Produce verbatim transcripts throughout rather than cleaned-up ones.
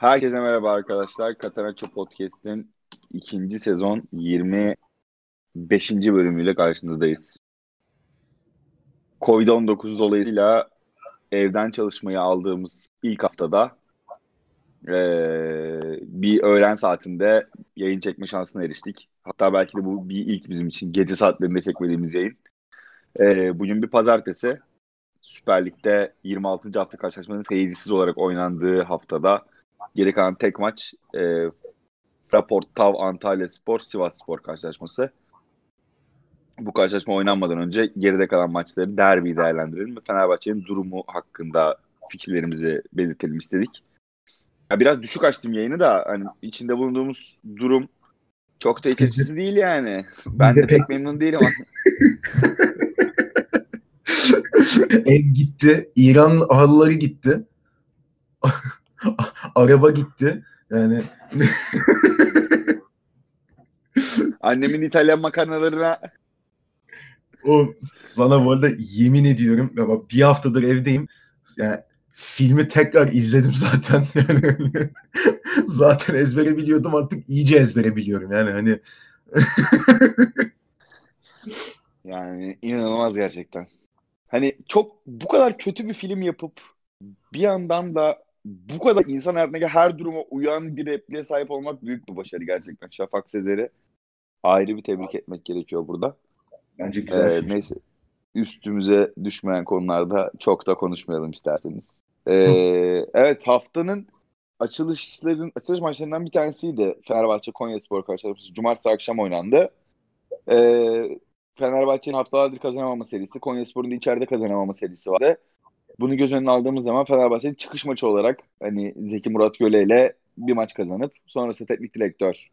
Herkese merhaba arkadaşlar. Katanaço Podcast'in ikinci sezon yirmi beşinci bölümüyle karşınızdayız. covid on dokuz dolayısıyla evden çalışmayı aldığımız ilk haftada eee, bir öğlen saatinde yayın çekme şansına eriştik. Hatta belki de bu bir ilk bizim için. Gece saatlerinde çekmediğimiz yayın. Eee, bugün bir pazartesi. Süper Lig'de yirmi altıncı hafta karşılaşmanın seyircisiz olarak oynandığı haftada geri kalan tek maç eee Fraport Tav Antalyaspor Sivasspor karşılaşması. Bu karşılaşma oynanmadan önce geride kalan maçları derbi değerlendirelim ve Fenerbahçe'nin durumu hakkında fikirlerimizi belirtelim istedik. Ya biraz düşük açtım yayını da hani içinde bulunduğumuz durum çok da iç Biz de, açıcı değil yani. biz Ben de de pek pek memnun değilim ama. ev gitti, İran halıları gitti, araba gitti. Yani Annemin İtalyan makarnalarına o sana bu arada yemin ediyorum ya bak, bir haftadır evdeyim. Yani filmi tekrar izledim zaten. Yani zaten ezbere biliyordum, artık iyice ezbere biliyorum. Yani hani yani inanılmaz gerçekten. Hani çok bu kadar kötü bir film yapıp bir yandan da bu kadar insan hayatındaki her duruma uyan bir repliğe sahip olmak büyük bir başarı gerçekten. Şafak Sezer'i ayrı bir tebrik etmek gerekiyor burada. bence güzel Ee, film. neyse üstümüze düşmeyen konularda çok da konuşmayalım isterseniz. Ee, Hı. evet haftanın açılışların açılış maçlarından bir tanesiydi Fenerbahçe Konyaspor karşılaşması. Cumartesi akşam oynandı. Ee, Fenerbahçe'nin haftalardır kazanamama serisi, Konyaspor'un da içeride kazanamama serisi vardı. Bunu göz önüne aldığımız zaman Fenerbahçe'nin çıkış maçı olarak hani Zeki Murat Göle ile bir maç kazanıp sonrasında teknik direktör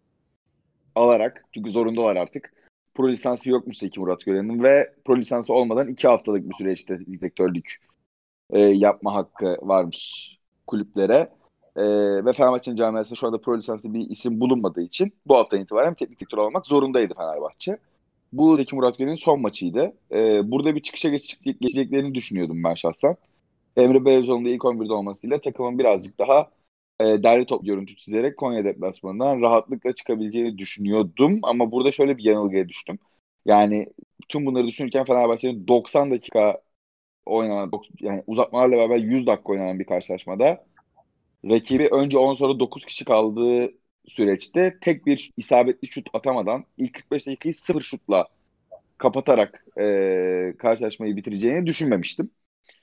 alarak, çünkü zorundalar artık. Pro lisansı yokmuş Zeki Murat Göle'nin ve pro lisansı olmadan iki haftalık bir süreçte direktörlük e, yapma hakkı varmış kulüplere. E, ve Fenerbahçe'nin camiasında şu anda pro lisanslı bir isim bulunmadığı için bu haftadan itibaren teknik direktör olmak zorundaydı Fenerbahçe. Bu Zeki Murat Göle'nin son maçıydı. E, burada bir çıkışa geç, geçeceklerini düşünüyordum ben şahsen. Emre Belezoğlu'nun da ilk on birde olmasıyla takımın birazcık daha e, derli top görüntü çizerek Konya deplasmanından rahatlıkla çıkabileceğini düşünüyordum. Ama burada şöyle bir yanılgıya düştüm. Yani tüm bunları düşünürken Fenerbahçe'nin doksan dakika oynanan, yani uzatmalarla beraber yüz dakika oynanan bir karşılaşmada rakibi önce on sonra dokuz kişi kaldığı süreçte tek bir isabetli şut atamadan ilk kırk beş dakikayı sıfır şutla kapatarak e, karşılaşmayı bitireceğini düşünmemiştim.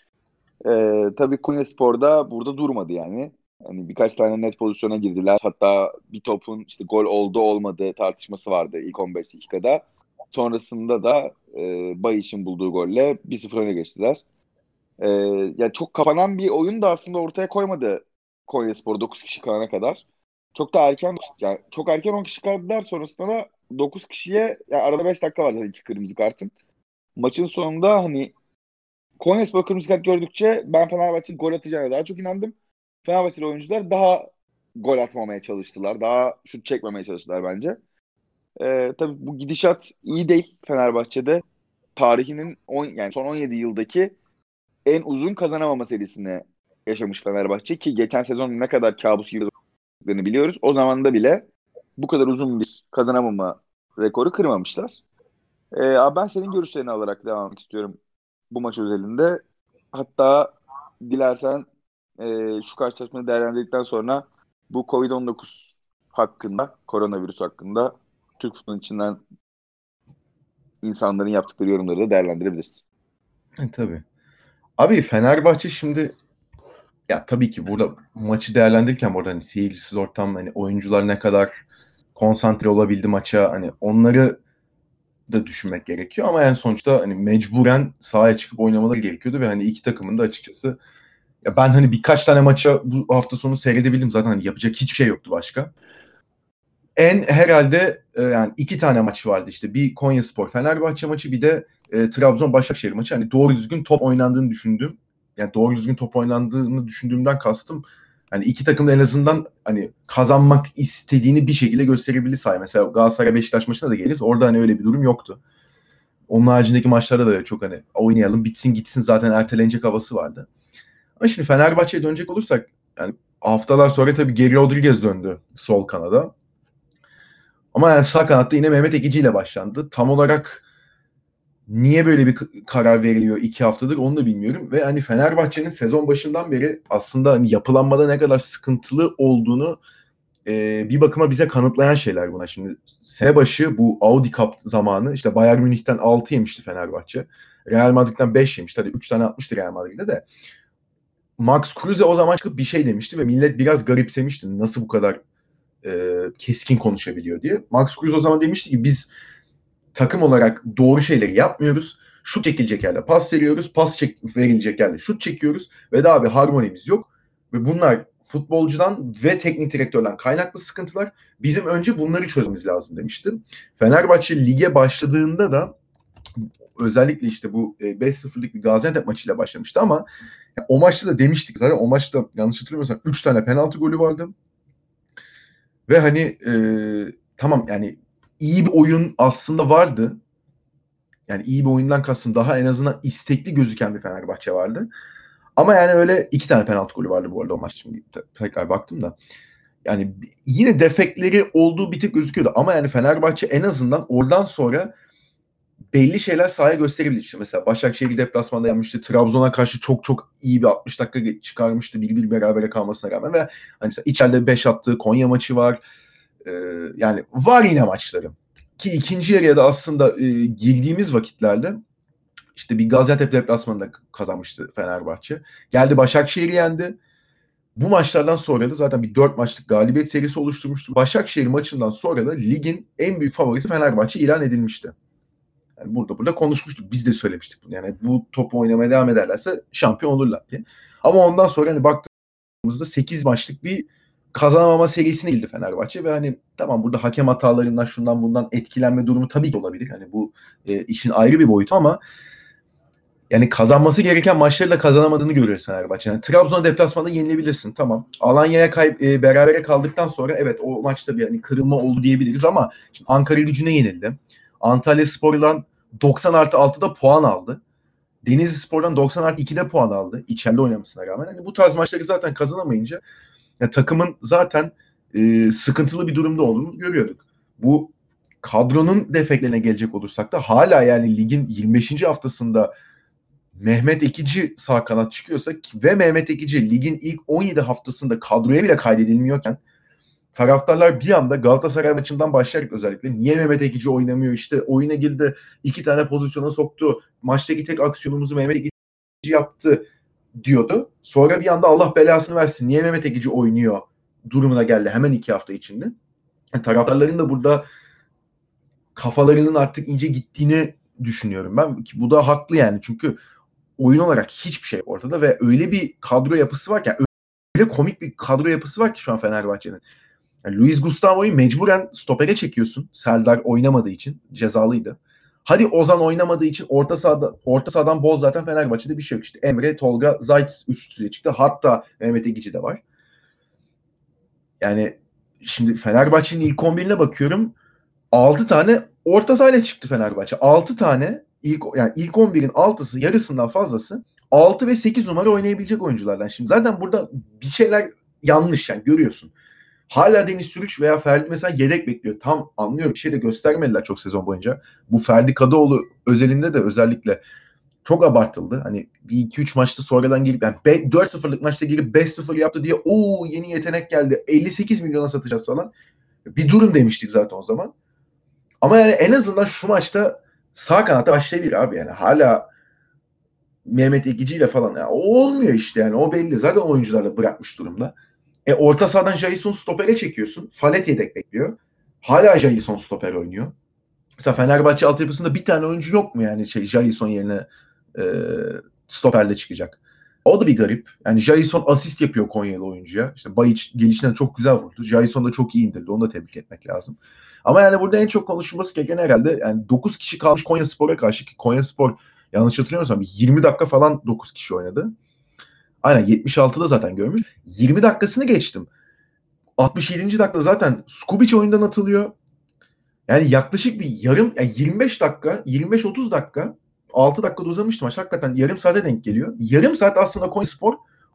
Ee, tabii Konyaspor'da burada durmadı yani. Hani birkaç tane net pozisyona girdiler. Hatta bir topun işte gol oldu olmadığı tartışması vardı ilk on beş dakikada. Sonrasında da e, Bayiş'in bulduğu golle bir sıfır öne geçtiler. Ee, yani çok kapanan bir oyun da aslında ortaya koymadı Konyaspor dokuz kişi kalana kadar. Çok da erken, yani çok erken on kişi kaldılar, sonrasında da dokuz kişiye, yani arada beş dakika var zaten iki kırmızı kartın. Maçın sonunda hani Konyaspor kırmızı kart gördükçe ben Fenerbahçe'nin gol atacağına daha çok inandım. Fenerbahçeli oyuncular daha gol atmamaya çalıştılar. Daha şut çekmemeye çalıştılar bence. Ee, tabii bu gidişat iyi değil Fenerbahçe'de. Tarihinin on, yani son on yedi yıldaki en uzun kazanamama serisini yaşamış Fenerbahçe, ki geçen sezon ne kadar kabus gibi olduklarını biliyoruz. O zaman da bile bu kadar uzun bir kazanamama rekoru kırmamışlar. Ee, abi ben senin görüşlerini alarak devam etmek istiyorum bu maç özelinde. Hatta dilersen e, şu karşılaşmayı değerlendirdikten sonra bu covid on dokuz hakkında, koronavirüs hakkında Türk futbolunun içinden insanların yaptıkları yorumları da değerlendirebiliriz. E, tabii. Abi Fenerbahçe şimdi, ya tabii ki burada maçı değerlendirirken burada hani seyircisiz ortam, hani oyuncular ne kadar konsantre olabildi maça, hani onları da düşünmek gerekiyor ama en sonuçta hani mecburen sahaya çıkıp oynamaları gerekiyordu ve hani iki takımın da açıkçası, ya ben hani birkaç tane maça bu hafta sonu seyredebildim zaten, hani yapacak hiçbir şey yoktu başka. En herhalde e, yani iki tane maç vardı, işte bir Konyaspor Fenerbahçe maçı, bir de e, Trabzon Başakşehir maçı. Hani doğru düzgün top oynandığını düşündüm. Yani doğru düzgün top oynandığını düşündüğümden kastım, hani iki takım da en azından hani kazanmak istediğini bir şekilde gösterebildi sahaya. Mesela Galatasaray Beşiktaş maçına da geliriz. Orada hani öyle bir durum yoktu. Onun haricindeki maçlarda da çok hani oynayalım bitsin gitsin zaten ertelenecek havası vardı. Ama şimdi Fenerbahçe'ye dönecek olursak, yani haftalar sonra tabii Geri Rodriguez döndü sol kanada. Ama yani sağ kanatta yine Mehmet Ekici ile başlandı. Tam olarak niye böyle bir karar veriliyor iki haftadır onu da bilmiyorum. Ve hani Fenerbahçe'nin sezon başından beri aslında hani yapılanmada ne kadar sıkıntılı olduğunu e, bir bakıma bize kanıtlayan şeyler bunlar. Şimdi sene başı bu Audi Cup zamanı işte Bayern Münih'ten altı yemişti Fenerbahçe. Real Madrid'den beş yemişti. Hadi üç tane atmıştı Real Madrid'de de. Max Kruse o zaman çıkıp bir şey demişti ve millet biraz garipsemişti. Nasıl bu kadar e, keskin konuşabiliyor diye. Max Kruse o zaman demişti ki biz takım olarak doğru şeyleri yapmıyoruz. Şut çekilecek yerde pas veriyoruz. Pas çek- verilecek yerde şut çekiyoruz. Ve daha bir harmonimiz yok. Ve bunlar futbolcudan ve teknik direktörden kaynaklı sıkıntılar. Bizim önce bunları çözmemiz lazım demişti. Fenerbahçe lige başladığında da özellikle işte bu beş sıfırlık bir Gaziantep maçıyla başlamıştı ama o maçta da demiştik zaten o maçta yanlış hatırlamıyorsam üç tane penaltı golü vardı. Ve hani e, tamam yani iyi bir oyun aslında vardı. Yani iyi bir oyundan kastım daha en azından istekli gözüken bir Fenerbahçe vardı. Ama yani öyle iki tane penaltı golü vardı bu arada o maç. Şimdi tekrar baktım da. Yani yine defekleri olduğu bir tık gözüküyordu. Ama yani Fenerbahçe en azından oradan sonra belli şeyler sahaya gösterebilir. İşte mesela Başakşehir deplasmanda yapmıştı. Trabzon'a karşı çok çok iyi bir altmış dakika çıkarmıştı. Bir bir berabere kalmasına rağmen ve hani içeride beş attığı Konya maçı var. Ee, yani var yine maçları. Ki ikinci yarıya da aslında e, girdiğimiz vakitlerde işte bir Gaziantep deplasmanında kazanmıştı Fenerbahçe. Geldi Başakşehir'i yendi. Bu maçlardan sonra da zaten bir dört maçlık galibiyet serisi oluşturmuştu. Başakşehir maçından sonra da ligin en büyük favorisi Fenerbahçe ilan edilmişti. Yani burada burada konuşmuştuk. Biz de söylemiştik bunu. Yani bu topu oynamaya devam ederlerse şampiyon olurlar diye. Ama ondan sonra hani baktığımızda sekiz maçlık bir kazanamama serisine girdi Fenerbahçe ve hani tamam burada hakem hatalarından şundan bundan etkilenme durumu tabii ki olabilir. Hani bu e, işin ayrı bir boyutu ama yani kazanması gereken maçları da kazanamadığını görüyoruz Fenerbahçe. Yani Trabzon deplasmanda yenilebilirsin tamam. Alanya'ya kayıp e, berabere kaldıktan sonra evet o maçta bir hani kırılma oldu diyebiliriz ama şimdi Ankara Gücü'ne yenildi. Antalyaspor'dan doksan artı altıda puan aldı. Denizlispor'dan doksan artı ikide puan aldı. İçeride oynamasına rağmen. Hani bu tarz maçları zaten kazanamayınca yani takımın zaten e, sıkıntılı bir durumda olduğunu görüyorduk. Bu kadronun defeklerine gelecek olursak da hala yani ligin yirmi beşinci haftasında Mehmet Ekici sağ kanat çıkıyorsa ve Mehmet Ekici ligin ilk on yedi haftasında kadroya bile kaydedilmiyorken taraftarlar bir anda Galatasaray maçından başlayarak özellikle niye Mehmet Ekici oynamıyor işte oyuna girdi iki tane pozisyona soktu maçtaki tek aksiyonumuzu Mehmet Ekici yaptı diyordu. Sonra bir anda Allah belasını versin niye Mehmet Ekici oynuyor durumuna geldi hemen iki hafta içinde. Yani taraftarların da burada kafalarının artık iyice gittiğini düşünüyorum ben. Bu da haklı yani çünkü oyun olarak hiçbir şey ortada ve öyle bir kadro yapısı var ki öyle komik bir kadro yapısı var ki şu an Fenerbahçe'nin. Yani Luis Gustavo'yu mecburen stopere çekiyorsun. Serdar oynamadığı için cezalıydı. Hadi Ozan oynamadığı için orta sahada orta sahadan bol zaten Fenerbahçe'de bir şey yok işte. Emre, Tolga, Zayt üçlüsüyle çıktı. Hatta Mehmet Ekici de var. Yani şimdi Fenerbahçe'nin ilk on birine bakıyorum. altı tane orta sahayla çıktı Fenerbahçe. altı tane ilk yani ilk on birin altısı yarısından fazlası altı ve sekiz numara oynayabilecek oyunculardan. Şimdi zaten burada bir şeyler yanlış yani görüyorsun. Hala Deniz Sürüç veya Ferdi mesela yedek bekliyor. Tam anlıyorum bir şey de göstermediler çok sezon boyunca. Bu Ferdi Kadıoğlu özelinde de özellikle çok abartıldı. Hani bir iki üç maçta sonradan gelip yani dört sıfırlık maçta girip beş sıfır yaptı diye o yeni yetenek geldi. elli sekiz milyona satacağız falan. Bir durun demiştik zaten o zaman. Ama yani en azından şu maçta sağ kanatta başlayabilir abi yani. Hala Mehmet Ekici ile falan. Yani o olmuyor işte yani. O belli. Zaten oyuncularla bırakmış durumda. E orta sahadan Jason stopere çekiyorsun. Falet yedek bekliyor. Hala Jason stoper oynuyor. Mesela Fenerbahçe altyapısında bir tane oyuncu yok mu yani şey Jason yerine e, stoperle çıkacak. O da bir garip. Yani Jason asist yapıyor Konyalı oyuncuya. İşte Bayiç gelişinden çok güzel vurdu. Jason da çok iyi indirdi. Onu da tebrik etmek lazım. Ama yani burada en çok konuşulması gereken herhalde yani dokuz kişi kalmış Konyaspor'a karşı ki Konyaspor yanlış hatırlamıyorsam yirmi dakika falan dokuz kişi oynadı. Aynen yetmiş altıda zaten görmüş. yirmi dakikasını geçtim. altmış yedinci dakikada zaten Skubic oyundan atılıyor. Yani yaklaşık bir yarım yani yirmi beş dakika, yirmi beş otuz dakika altı dakikada uzamıştı maç. Hakikaten yarım saate denk geliyor. Yarım saat aslında Konyaspor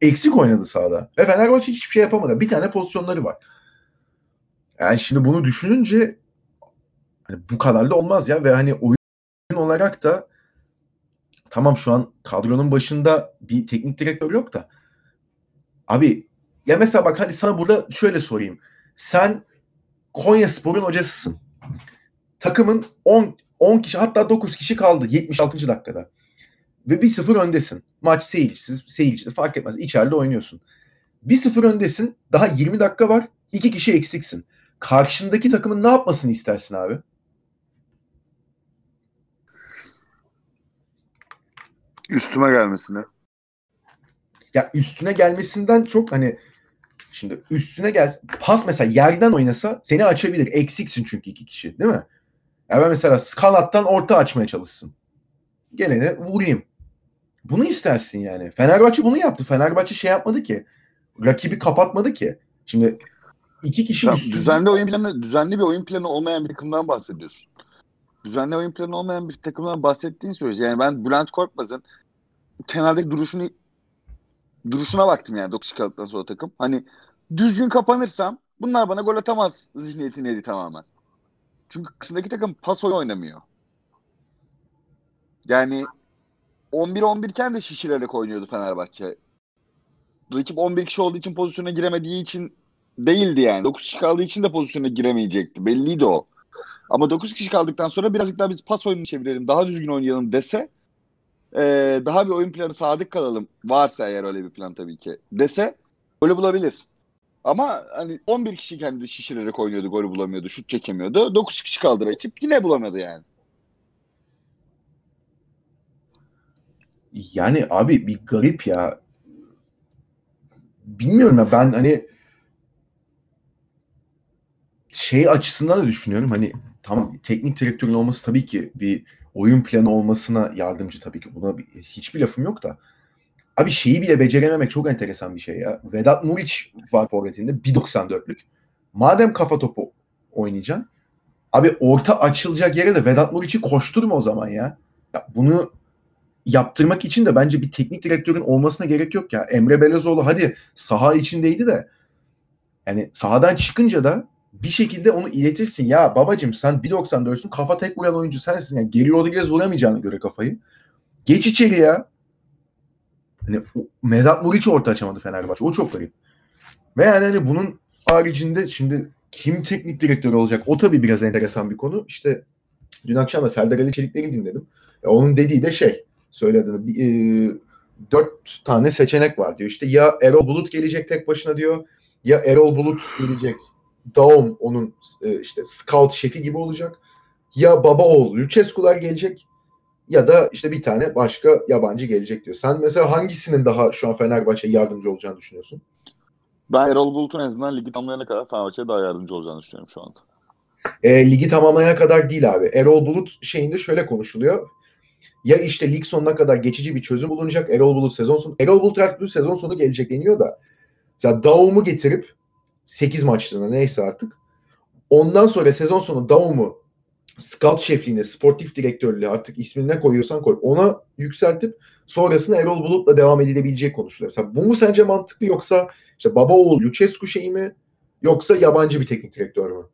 eksik oynadı sahada. Ve Fenerbahçe hiçbir şey yapamadı. Bir tane pozisyonları var. Yani şimdi bunu düşününce hani bu kadar da olmaz ya. Ve hani oyun olarak da tamam şu an kadronun başında bir teknik direktör yok da abi ya mesela bak hadi sana burada şöyle sorayım. Sen Konyaspor'un hocasısın. Takımın on on kişi hatta dokuz kişi kaldı yetmiş altıncı dakikada. Ve bir sıfır öndesin. Maç seyircisiz, seyircili fark etmez. İçeride oynuyorsun. bir sıfır öndesin. Daha yirmi dakika var. iki kişi eksiksin. Karşındaki takımın ne yapmasını istersin abi? Üstüme gelmesini. Ya üstüne gelmesinden çok hani şimdi üstüne gel pas mesela yerden oynasa seni açabilir. Eksiksin çünkü iki kişi değil mi? Ya ben mesela kanattan orta açmaya çalışsın. Gelene vurayım. Bunu istersin yani. Fenerbahçe bunu yaptı. Fenerbahçe şey yapmadı ki. Rakibi kapatmadı ki. Şimdi iki kişi Sen üstünde. düzenli oyun planı, düzenli bir oyun planı olmayan bir takımdan bahsediyorsun. Düzenli oyun planı olmayan bir takımdan bahsettiğin sürece yani ben Bülent Korkmaz'ın kenardaki duruşunu duruşuna baktım yani dokuz kaldıktan sonra takım. Hani düzgün kapanırsam bunlar bana gol atamaz zihniyetini yedi tamamen. Çünkü karşısındaki takım pas oyunu oynamıyor. Yani on bir on bir iken de şişirerek oynuyordu Fenerbahçe. Rakip on bir kişi olduğu için pozisyona giremediği için değildi yani. dokuz kişi kaldığı için de pozisyona giremeyecekti. Belliydi o. Ama dokuz kişi kaldıktan sonra birazcık daha biz pas oyununu çevirelim, daha düzgün oynayalım dese e, daha bir oyun planı sadık kalalım. Varsa eğer öyle bir plan tabii ki dese golü bulabilir. Ama hani on bir kişi kendi şişirerek oynuyordu, golü bulamıyordu, şut çekemiyordu. dokuz kişi kaldı rakip, yine bulamadı yani. Yani abi bir garip ya. Bilmiyorum ya ben hani şey açısından da düşünüyorum hani tam teknik direktörün olması tabii ki bir oyun planı olmasına yardımcı tabii ki. Buna bir, hiçbir lafım yok da. Abi şeyi bile becerememek çok enteresan bir şey ya. Vedat Muriç var forvetinde bir doksan dörtlük. Madem kafa topu oynayacaksın abi orta açılacak yere de Vedat Muriç'i koşturma o zaman ya. Ya bunu yaptırmak için de bence bir teknik direktörün olmasına gerek yok ya. Emre Belözoğlu hadi saha içindeydi de yani sahadan çıkınca da bir şekilde onu iletirsin. Ya babacım sen bir doksan dörtsün kafa tek vuran oyuncu sensin. Yani Geri Rodriguez vuramayacağına göre kafayı. Geç içeri ya. Hani Vedat Muriç orta açamadı Fenerbahçe. O çok garip. Ve yani hani bunun haricinde şimdi kim teknik direktör olacak? O tabii biraz enteresan bir konu. İşte dün akşam da Serdar Ali Çelikler'i dinledim. E, onun dediği de şey söylediğini bir, e, dört tane seçenek var diyor. İşte ya Erol Bulut gelecek tek başına diyor. Ya Erol Bulut gelecek. Daum onun e, işte scout şefi gibi olacak. Ya Babaoğlu, Lucescu'lar gelecek. Ya da işte bir tane başka yabancı gelecek diyor. Sen mesela hangisinin daha şu an Fenerbahçe'ye yardımcı olacağını düşünüyorsun? Ben Erol Bulut'un en azından ligi tamamlayana kadar Fenerbahçe'ye daha yardımcı olacağını düşünüyorum şu anda. E, ligi tamamlayana kadar değil abi. Erol Bulut şeyinde şöyle konuşuluyor. Ya işte lig sonuna kadar geçici bir çözüm bulunacak. Erol Bulut sezon sonu. Erol Bulut artık sezon sonu gelecek deniyor da. Mesela Daum'u getirip sekiz maçlığına neyse artık. Ondan sonra sezon sonu Daum'u scout şefliğine, sportif direktörlüğe artık ismini ne koyuyorsan koy. Ona yükseltip sonrasında Erol Bulut'la devam edilebilecek konuşuluyor. Mesela bu mu sence mantıklı yoksa işte Babaoğlu, Lucescu şeyi mi yoksa yabancı bir teknik direktör mü?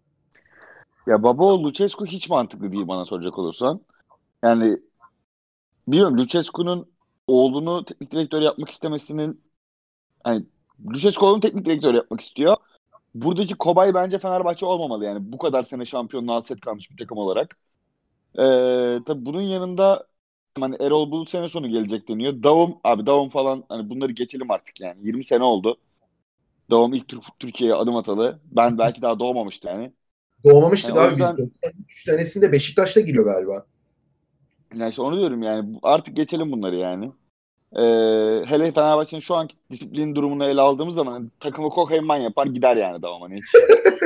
Ya Babaoğlu, Lucescu hiç mantıklı değil bana soracak olursan. Yani bilmiyorum, Lucescu'nun oğlunu teknik direktör yapmak istemesinin, hani Lucescu oğlunu teknik direktör yapmak istiyor. Buradaki kobay bence Fenerbahçe olmamalı yani, bu kadar sene şampiyonluğa hasret kalmış bir takım olarak. Ee, tabii bunun yanında hani Erol Bulut sene sonu gelecek deniyor. Daum abi, Daum falan hani bunları geçelim artık yani. yirmi sene oldu. Daum ilk Tür- Türkiye'ye adım atalı. Ben belki daha doğmamıştım yani. Yani Doğmamıştık o abi biz. yüzden doksan üç senesinde Beşiktaş'ta giriyor galiba. yani işte onu diyorum yani, artık geçelim bunları yani. Ee, hele Fenerbahçe'nin şu anki disiplin durumunu ele aldığımız zaman hani takımı Kokainman yapar gider yani Daum, hani hiç.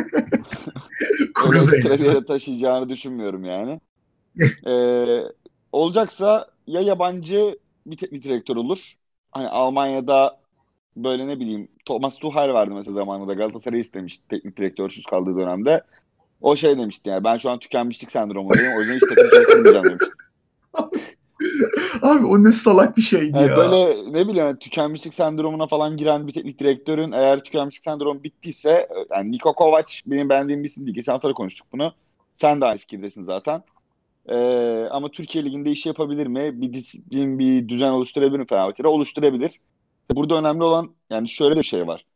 Kuru Öyle ekstra bir Zeynep. yere taşıyacağını düşünmüyorum yani. Ee, olacaksa ya yabancı bir teknik direktör olur. Hani Almanya'da böyle ne bileyim Thomas Tuchel vardı mesela zamanında, Galatasaray istemişti teknik direktörsüz kaldığı dönemde. O şey demişti yani, ben şu an tükenmişlik sendromundayım, o yüzden hiç takım çalıştırmayacağım demişti. Abi o ne salak bir şeydi Yani ya. böyle ne bileyim yani tükenmişlik sendromuna falan giren bir teknik direktörün eğer tükenmişlik sendromu bittiyse, yani Niko Kovac benim beğendiğim bir isim değil. Geçen hafta da konuştuk bunu. Sen de aynı fikirdesin zaten. Ee, ama Türkiye Ligi'nde iş yapabilir mi? Bir disiplin, bir düzen oluşturabilir mi Fenerbahçe'de? Oluşturabilir. Burada önemli olan yani şöyle bir şey var.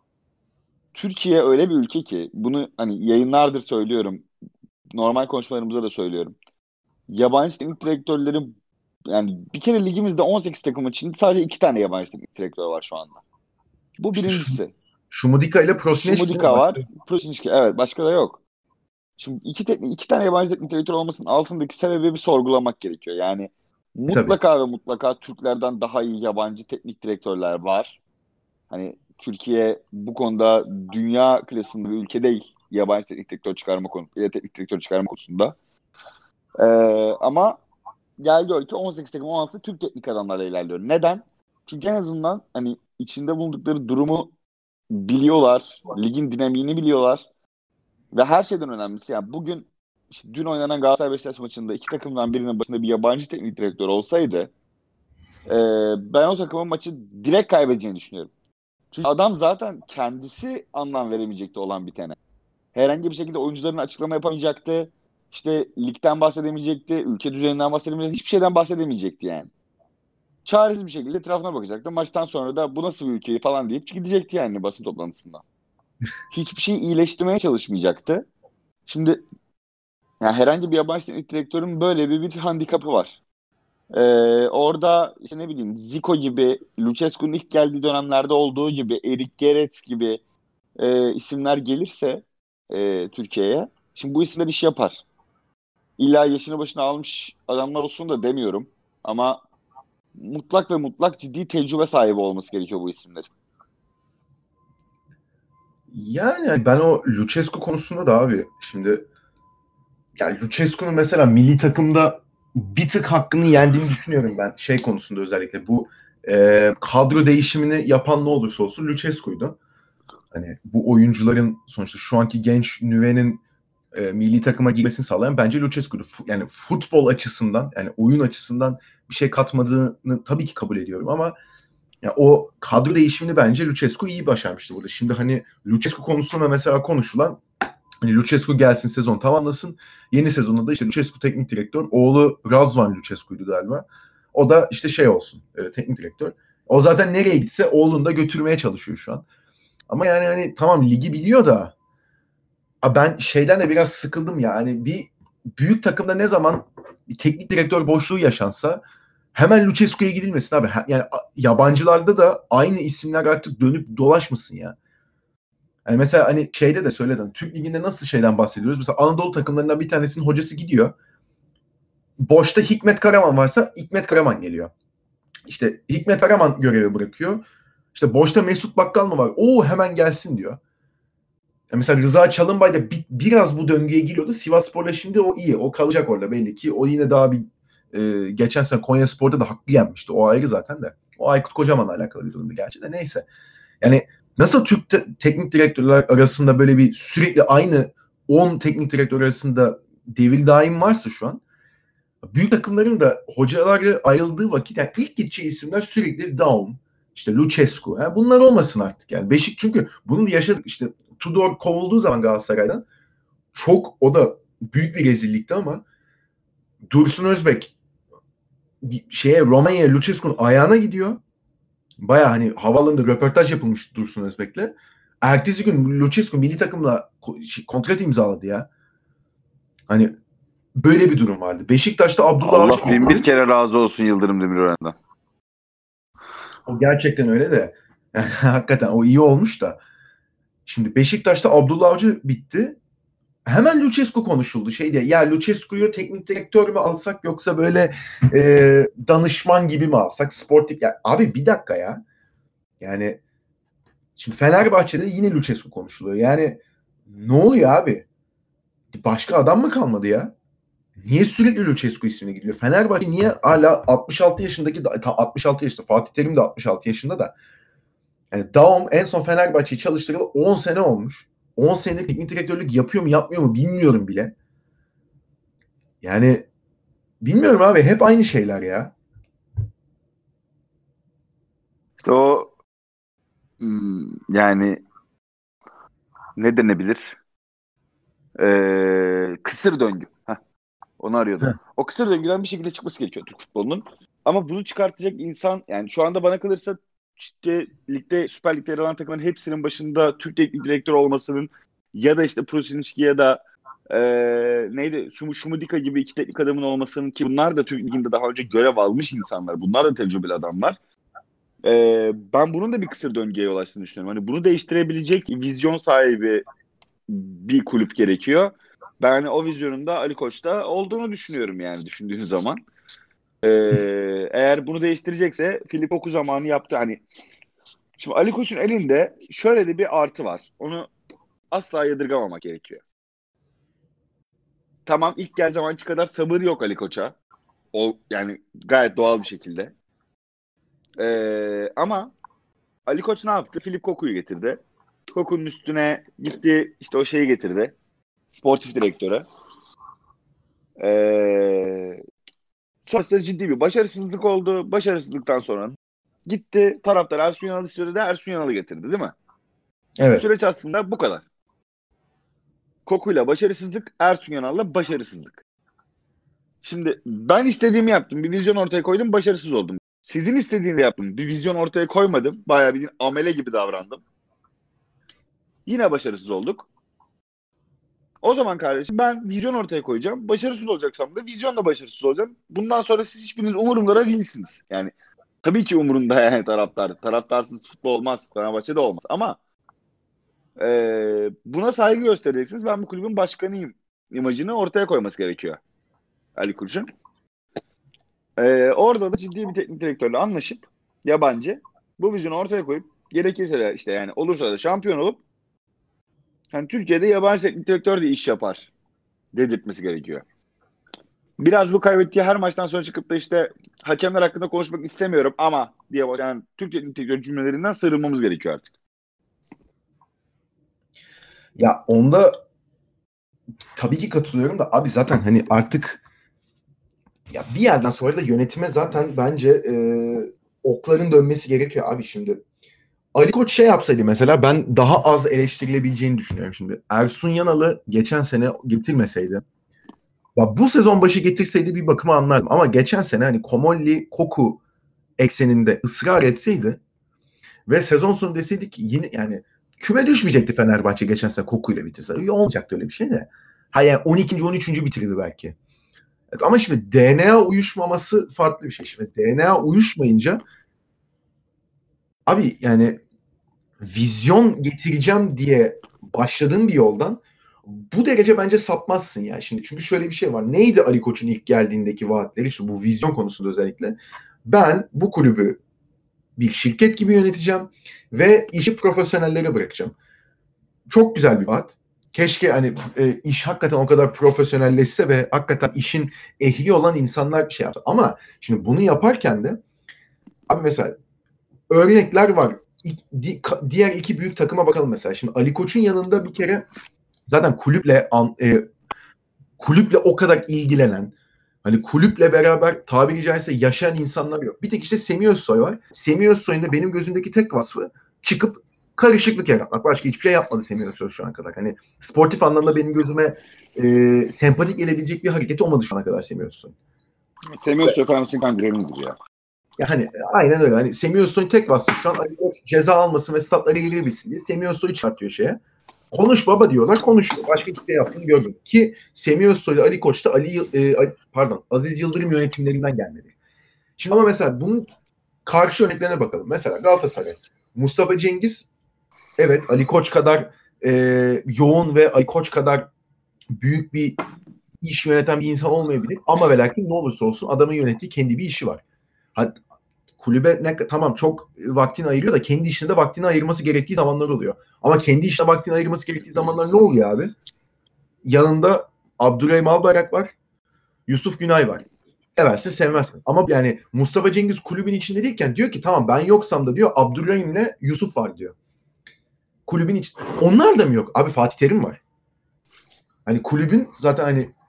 Türkiye öyle bir ülke ki bunu hani yayınlardır söylüyorum. Normal konuşmalarımızda da söylüyorum. Yabancı teknik direktörlerin yani bir kere ligimizde on sekiz takım için sadece iki tane yabancı teknik direktör var şu anda. Bu İşte şu, birincisi. Şumudika ile Prosneşki değil mi? Şumudika var. Başka? Prosinski. Evet, başka da yok. Şimdi iki, teknik, iki tane yabancı teknik direktör olmasının altındaki sebebi bir sorgulamak gerekiyor. Yani E, tabii. mutlaka ve mutlaka Türklerden daha iyi yabancı teknik direktörler var. Hani Türkiye bu konuda dünya klasında bir ülke değil. Yabancı teknik direktör çıkarma konusunda, teknik direktör çıkarma konusunda. Ee, ama gel gör ki on sekiz takım on altı Türk teknik adamlarla ilerliyor. Neden? Çünkü en azından hani içinde bulundukları durumu biliyorlar. Ligin dinamiğini biliyorlar. Ve her şeyden önemlisi yani bugün işte dün oynanan Galatasaray Beşiktaş maçında iki takımdan birinin başında bir yabancı teknik direktör olsaydı e, ben o takımın maçı direkt kaybedeceğini düşünüyorum. Çünkü adam zaten kendisi anlam veremeyecekti olan bitene. Herhangi bir şekilde oyuncuların açıklama yapamayacaktı. İşte ligden bahsedemeyecekti, ülke düzeninden bahsedemeyecekti, hiçbir şeyden bahsedemeyecekti yani. Çaresiz bir şekilde etrafına bakacaktı. Maçtan sonra da bu nasıl bir ülke falan deyip gidecekti yani basın toplantısından. Hiçbir şeyi iyileştirmeye çalışmayacaktı. Şimdi yani herhangi bir yabancı teknik direktörün böyle bir, bir handikapı var. Ee, orada işte ne bileyim Zico gibi, Lucescu'nun ilk geldiği dönemlerde olduğu gibi, Erik Gerets gibi e, isimler gelirse e, Türkiye'ye. Şimdi bu isimler iş yapar. İlla yaşını başına almış adamlar olsun da demiyorum. Ama mutlak ve mutlak ciddi tecrübe sahibi olması gerekiyor bu isimlerin. Yani ben o Lucescu konusunda da abi şimdi yani Lucescu'nun mesela milli takımda bir tık hakkını yendiğini düşünüyorum ben şey konusunda özellikle bu e, kadro değişimini yapan ne olursa olsun Lucescu'ydu. Hani bu oyuncuların sonuçta şu anki genç nüvenin e, milli takıma girmesini sağlayan bence Lucescu'du. Fu- yani futbol açısından yani oyun açısından bir şey katmadığını tabii ki kabul ediyorum ama ya o kadro değişimini bence Lucescu iyi başarmıştı burada. Şimdi hani Lucescu konusunda mesela konuşulan hani Lucescu gelsin sezon tamamlasın. Yeni sezonda da işte Lucescu teknik direktör. Oğlu Razvan Lucescu'ydu galiba. O da işte şey olsun e, teknik direktör. O zaten nereye gitse oğlunu da götürmeye çalışıyor şu an. Ama yani hani tamam ligi biliyor da ben şeyden de biraz sıkıldım ya. Hani bir büyük takımda ne zaman bir teknik direktör boşluğu yaşansa hemen Lucescu'ya gidilmesin abi. Yani yabancılarda da aynı isimler artık dönüp dolaşmasın ya. Yani mesela hani şeyde de söyledin. Türk Ligi'nde nasıl şeyden bahsediyoruz? Mesela Anadolu takımlarından bir tanesinin hocası gidiyor. Boşta Hikmet Karaman varsa Hikmet Karaman geliyor. İşte Hikmet Karaman görevi bırakıyor. İşte boşta Mesut Bakkal mı var? Oo hemen gelsin diyor. Yani mesela Rıza Çalınbay da bir, biraz bu döngüye giriyordu. Sivasspor'la şimdi o iyi. O kalacak orada belli ki. O yine daha bir e, geçen sene Konyaspor'da da hakkı yenmişti. O ayrı zaten de. O Aykut Kocaman'la alakalı bir durumdu gerçi de. Neyse. Yani nasıl Türk te- teknik direktörler arasında böyle bir sürekli aynı on teknik direktör arasında devir daim varsa şu an büyük takımların da hocaları ayrıldığı vakit yani ilk gideceği isimler sürekli Daum, işte Lucescu. Yani bunlar olmasın artık yani. Beşik çünkü bunu yaşadık işte Tudor kovulduğu zaman Galatasaray'dan çok o da büyük bir rezillikti ama Dursun Özbek şeye Romanya'ya Lucescu'nun ayağına gidiyor. Baya hani havaalanında röportaj yapılmış Dursun Özbek'le. Ertesi gün Lucescu milli takımla kontrat imzaladı ya. Hani böyle bir durum vardı. Beşiktaş'ta Abdullah Allah Avcı bin bir gitti. kere razı olsun Yıldırım Demirören'den. O gerçekten öyle de. Yani, hakikaten o iyi olmuş da. Şimdi Beşiktaş'ta Abdullah Avcı bitti. Hemen Lucescu konuşuldu. Şey diye ya Lucescu'yu teknik direktör mü alsak yoksa böyle e, danışman gibi mi alsak? Sportif. Ya, abi bir dakika ya. Yani şimdi Fenerbahçe'de yine Lucescu konuşuluyor. Yani ne oluyor abi? Başka adam mı kalmadı ya? Niye sürekli Lucescu ismine gidiyor? Fenerbahçe niye hala altmış altı yaşındaki altmış altı yaşında Fatih Terim de altmış altı yaşında da yani Daum en son Fenerbahçe'yi çalıştıralı on sene olmuş. on senedir teknik direktörlük yapıyor mu yapmıyor mu bilmiyorum bile. Yani bilmiyorum abi, hep aynı şeyler ya. İşte o hmm, yani ne denebilir? Ee, kısır döngü. Heh, onu arıyordum. Heh. O kısır döngüden bir şekilde çıkması gerekiyor Türk futbolunun. Ama bunu çıkartacak insan, yani şu anda bana kalırsa işte ligde, Süper Lig'de yer alan takımların hepsinin başında Türk teknik direktör olmasının ya da işte Prosinski ya da e, neydi Şum- Şumudika gibi iki teknik adamın olmasının, ki bunlar da Türk Ligi'nde daha önce görev almış insanlar. Bunlar da tecrübeli adamlar. E, ben bunun da bir kısır döngüye yol açtığını düşünüyorum. Hani bunu değiştirebilecek vizyon sahibi bir kulüp gerekiyor. Ben hani o vizyonun da Ali Koç'ta olduğunu düşünüyorum, yani düşündüğün zaman. Ee, eğer bunu değiştirecekse Filip Oku zamanı yaptı. Hani şimdi Ali Koç'un elinde şöyle de bir artı var. Onu asla yadırgamamak gerekiyor. Tamam, ilk gel zamanki kadar sabır yok Ali Koç'a. O yani gayet doğal bir şekilde. Ee, ama Ali Koç ne yaptı? Filip Koku'yu getirdi. Koku'nun üstüne gitti, işte o şeyi getirdi. Sportif direktöre. Ee, Sonrasında ciddi bir başarısızlık oldu. Başarısızlıktan sonra gitti taraftar Ersun Yanal'ı istedi de Ersun Yanal'ı getirdi, değil mi? Evet. Süreç aslında bu kadar. Koku'yla başarısızlık, Ersun Yanal'la başarısızlık. Şimdi ben istediğimi yaptım. Bir vizyon ortaya koydum, başarısız oldum. Sizin istediğinizi yaptım. Bir vizyon ortaya koymadım. Bayağı bir amele gibi davrandım. Yine başarısız olduk. O zaman kardeşim ben vizyon ortaya koyacağım. Başarısız olacaksam da vizyonla başarısız olacağım. Bundan sonra siz hiçbiriniz umurumda değilsiniz. Yani tabii ki umurunda yani taraftar. Taraftarsız futbol olmaz. Fenerbahçe'de olmaz. Ama e, buna saygı göstereceksiniz. Ben bu kulübün başkanıyım imajını ortaya koyması gerekiyor Ali Koç'un. E, orada da ciddi bir teknik direktörle anlaşıp yabancı bu vizyonu ortaya koyup gerekirse de işte yani olursa da şampiyon olup hani Türkiye'de yabancı teknik direktör de iş yapar dedirtmesi gerekiyor. Biraz bu kaybettiği her maçtan sonra çıkıp da işte hakemler hakkında konuşmak istemiyorum ama diye yani Türk teknik direktör cümlelerinden sıyrılmamız gerekiyor artık. Ya onda tabii ki katılıyorum da abi zaten hani artık ya bir yerden sonra da yönetime zaten bence e, okların dönmesi gerekiyor abi şimdi. Ali Koç şey yapsaydı mesela ben daha az eleştirilebileceğini düşünüyorum şimdi. Ersun Yanal'ı geçen sene getirmeseydi. Ya bu sezon başı getirseydi bir bakıma anlardım. Ama geçen sene hani Komolli Koku ekseninde ısrar etseydi ve sezon sonu deseydi ki yine yani küme düşmeyecekti Fenerbahçe geçen sene Koku ile bitirse. İyi olmayacaktı öyle bir şey de. Ha yani on ikinci on üçüncü bitirdi belki. Evet, ama şimdi D N A uyuşmaması farklı bir şey. Şimdi D N A uyuşmayınca abi yani vizyon getireceğim diye başladığın bir yoldan bu derece bence sapmazsın ya. Şimdi çünkü şöyle bir şey var. Neydi Ali Koç'un ilk geldiğindeki vaatleri? İşte bu vizyon konusunda özellikle. Ben bu kulübü bir şirket gibi yöneteceğim ve işi profesyonellere bırakacağım. Çok güzel bir vaat. Keşke hani e, iş hakikaten o kadar profesyonelleşse ve hakikaten işin ehli olan insanlar şey yaptı. Ama şimdi bunu yaparken de abi mesela örnekler var. Diğer iki büyük takıma bakalım mesela. Şimdi Ali Koç'un yanında bir kere zaten kulüple e, kulüple o kadar ilgilenen, hani kulüple beraber tabiri caizse yaşayan insanlar yok. Bir tek işte Semih Özsoy var. Semih Özsoy'un da benim gözümdeki tek vasfı çıkıp karışıklık yaratmak. Başka hiçbir şey yapmadı Semih Özsoy şu ana kadar. Hani sportif anlamda benim gözüme e, sempatik gelebilecek bir hareket olmadı şu ana kadar Semih Özsoy. Semih Özsoy Fenerbahçe'nin kandileridir ya. Ya hani aynen öyle. Hani Semih Özsoy'un tek vasfı şu an Ali Koç ceza almasın ve statlara gelebilsin diye Semih Özsoy'u çıkartıyor şeye. Konuş baba diyorlar, konuşuyor. Başka hiçbir şey yaptığını gördüm. Ki Semih Özsoy ile Ali Koç da Ali, e, pardon Aziz Yıldırım yönetimlerinden gelmedi. Şimdi ama mesela bunun karşı örneklerine bakalım. Mesela Galatasaray. Mustafa Cengiz evet Ali Koç kadar e, yoğun ve Ali Koç kadar büyük bir iş yöneten bir insan olmayabilir. Ama ve lakin ne olursa olsun adamın yönettiği kendi bir işi var. Hatta kulübe ne, tamam çok vaktini ayırıyor da kendi işine de vaktini ayırması gerektiği zamanlar oluyor. Ama kendi işine vaktini ayırması gerektiği zamanlar ne oluyor abi? Yanında Abdurrahim Albayrak var. Yusuf Günay var. Seversin sevmezsin. Ama yani Mustafa Cengiz kulübün içinde değilken diyor ki tamam ben yoksam da diyor Abdurrahim'le Yusuf var diyor. Kulübün içinde. Onlar da mı yok? Abi Fatih Terim var. Hani kulübün zaten hani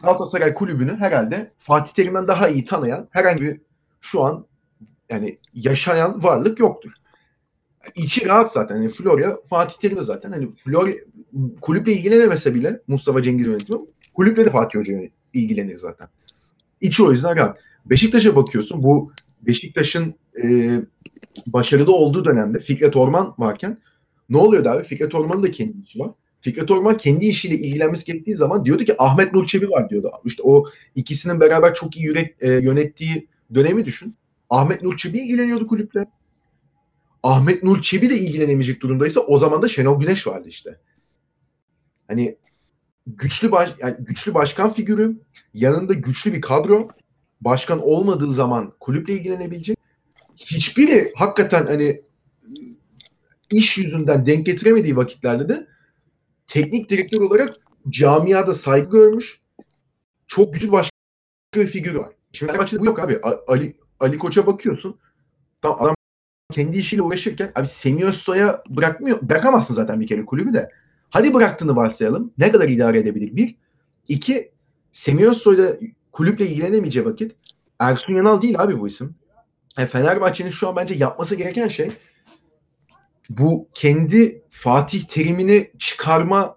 Galatasaray kulübünü herhalde Fatih Terim'den daha iyi tanıyan herhangi bir şu an yani yaşayan varlık yoktur. İçi rahat zaten. Yani Florya Fatih Terim'de zaten. Hani Florya kulüple ilgilenemese bile Mustafa Cengiz yönetimi kulüple de Fatih Hoca ilgilenir zaten. İçi o yüzden rahat. Beşiktaş'a bakıyorsun. Bu Beşiktaş'ın e, başarılı olduğu dönemde Fikret Orman varken ne oluyordu abi? Fikret Orman'ın da kendi işi var. Fikret Orman kendi işiyle ilgilenmesi gerektiği zaman diyordu ki Ahmet Nur Çebi var diyordu. İşte o ikisinin beraber çok iyi yüret, e, yönettiği dönemi düşün. Ahmet Nur Çebi ilgileniyordu kulüple. Ahmet Nur Çebi de ilgilenemeyecek durumdaysa o zaman da Şenol Güneş vardı işte. Hani güçlü baş, yani güçlü başkan figürü, yanında güçlü bir kadro, başkan olmadığı zaman kulüple ilgilenebilecek. Hiçbiri hakikaten hani iş yüzünden denk getiremediği vakitlerde de teknik direktör olarak camiada saygı görmüş çok güçlü başka bir figür var. Şimdi Fenerbahçe'de bu yok abi. Ali Ali Koç'a bakıyorsun. Tam adam kendi işiyle uğraşırken abi Semih Özsoy'a bırakmıyor. Bırakamazsın zaten bir kere kulübü de. Hadi bıraktığını varsayalım. Ne kadar idare edebilir? Bir. İki. Semih Özsoy'da kulüple ilgilenemeyeceği vakit Ersun Yanal değil abi bu isim. Yani Fenerbahçe'nin şu an bence yapması gereken şey bu kendi Fatih Terim'ini çıkarma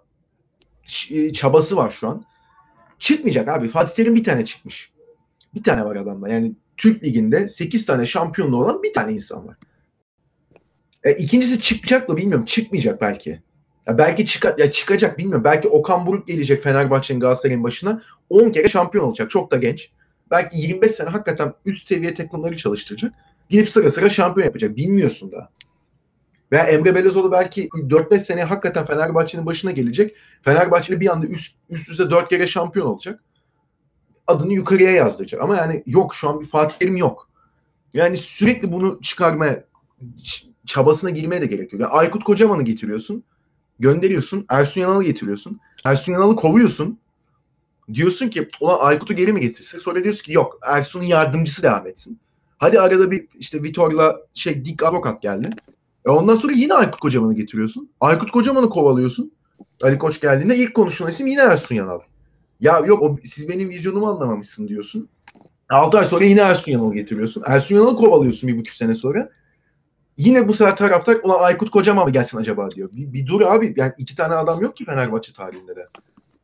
çabası var şu an. Çıkmayacak abi. Fatih Terim bir tane çıkmış. Bir tane var adamda. Yani Türk Ligi'nde sekiz tane şampiyonluğu olan bir tane insan var. E, ikincisi çıkacak mı bilmiyorum. Çıkmayacak belki. Ya belki çıkar, ya çıkacak bilmiyorum. Belki Okan Buruk gelecek Fenerbahçe'nin Galatasaray'ın başına. on kere şampiyon olacak. Çok da genç. Belki yirmi beş sene hakikaten üst seviye takımları çalıştıracak. Gidip sıra sıra şampiyon yapacak. Bilmiyorsun da. Veya Emre Belözoğlu belki dört beş sene hakikaten Fenerbahçe'nin başına gelecek. Fenerbahçeli bir anda üst, üst üste dört kere şampiyon olacak. Adını yukarıya yazdıracak. Ama yani yok şu an bir Fatih Terim yok. Yani sürekli bunu çıkarmaya çabasına girmeye de gerekiyor. Yani Aykut Kocaman'ı getiriyorsun. Gönderiyorsun. Ersun Yanal'ı getiriyorsun. Ersun Yanal'ı kovuyorsun. Diyorsun ki ulan Aykut'u geri mi getirse? Sonra diyorsun ki yok Ersun'un yardımcısı devam etsin. Hadi arada bir işte Vitor'la şey Dik Arokat geldi. E ondan sonra yine Aykut Kocaman'ı getiriyorsun. Aykut Kocaman'ı kovalıyorsun. Ali Koç geldiğinde ilk konuşulan isim yine Ersun Yanal. Ya yok o, siz benim vizyonumu anlamamışsın diyorsun. altı ay sonra yine Ersun Yanal'ı getiriyorsun. Ersun Yanal'ı kovalıyorsun bir buçuk sene sonra. Yine bu sefer taraftar ulan Aykut Kocaman mı gelsin acaba diyor. Bir, bir dur abi. Yani iki tane adam yok ki Fenerbahçe tarihinde de.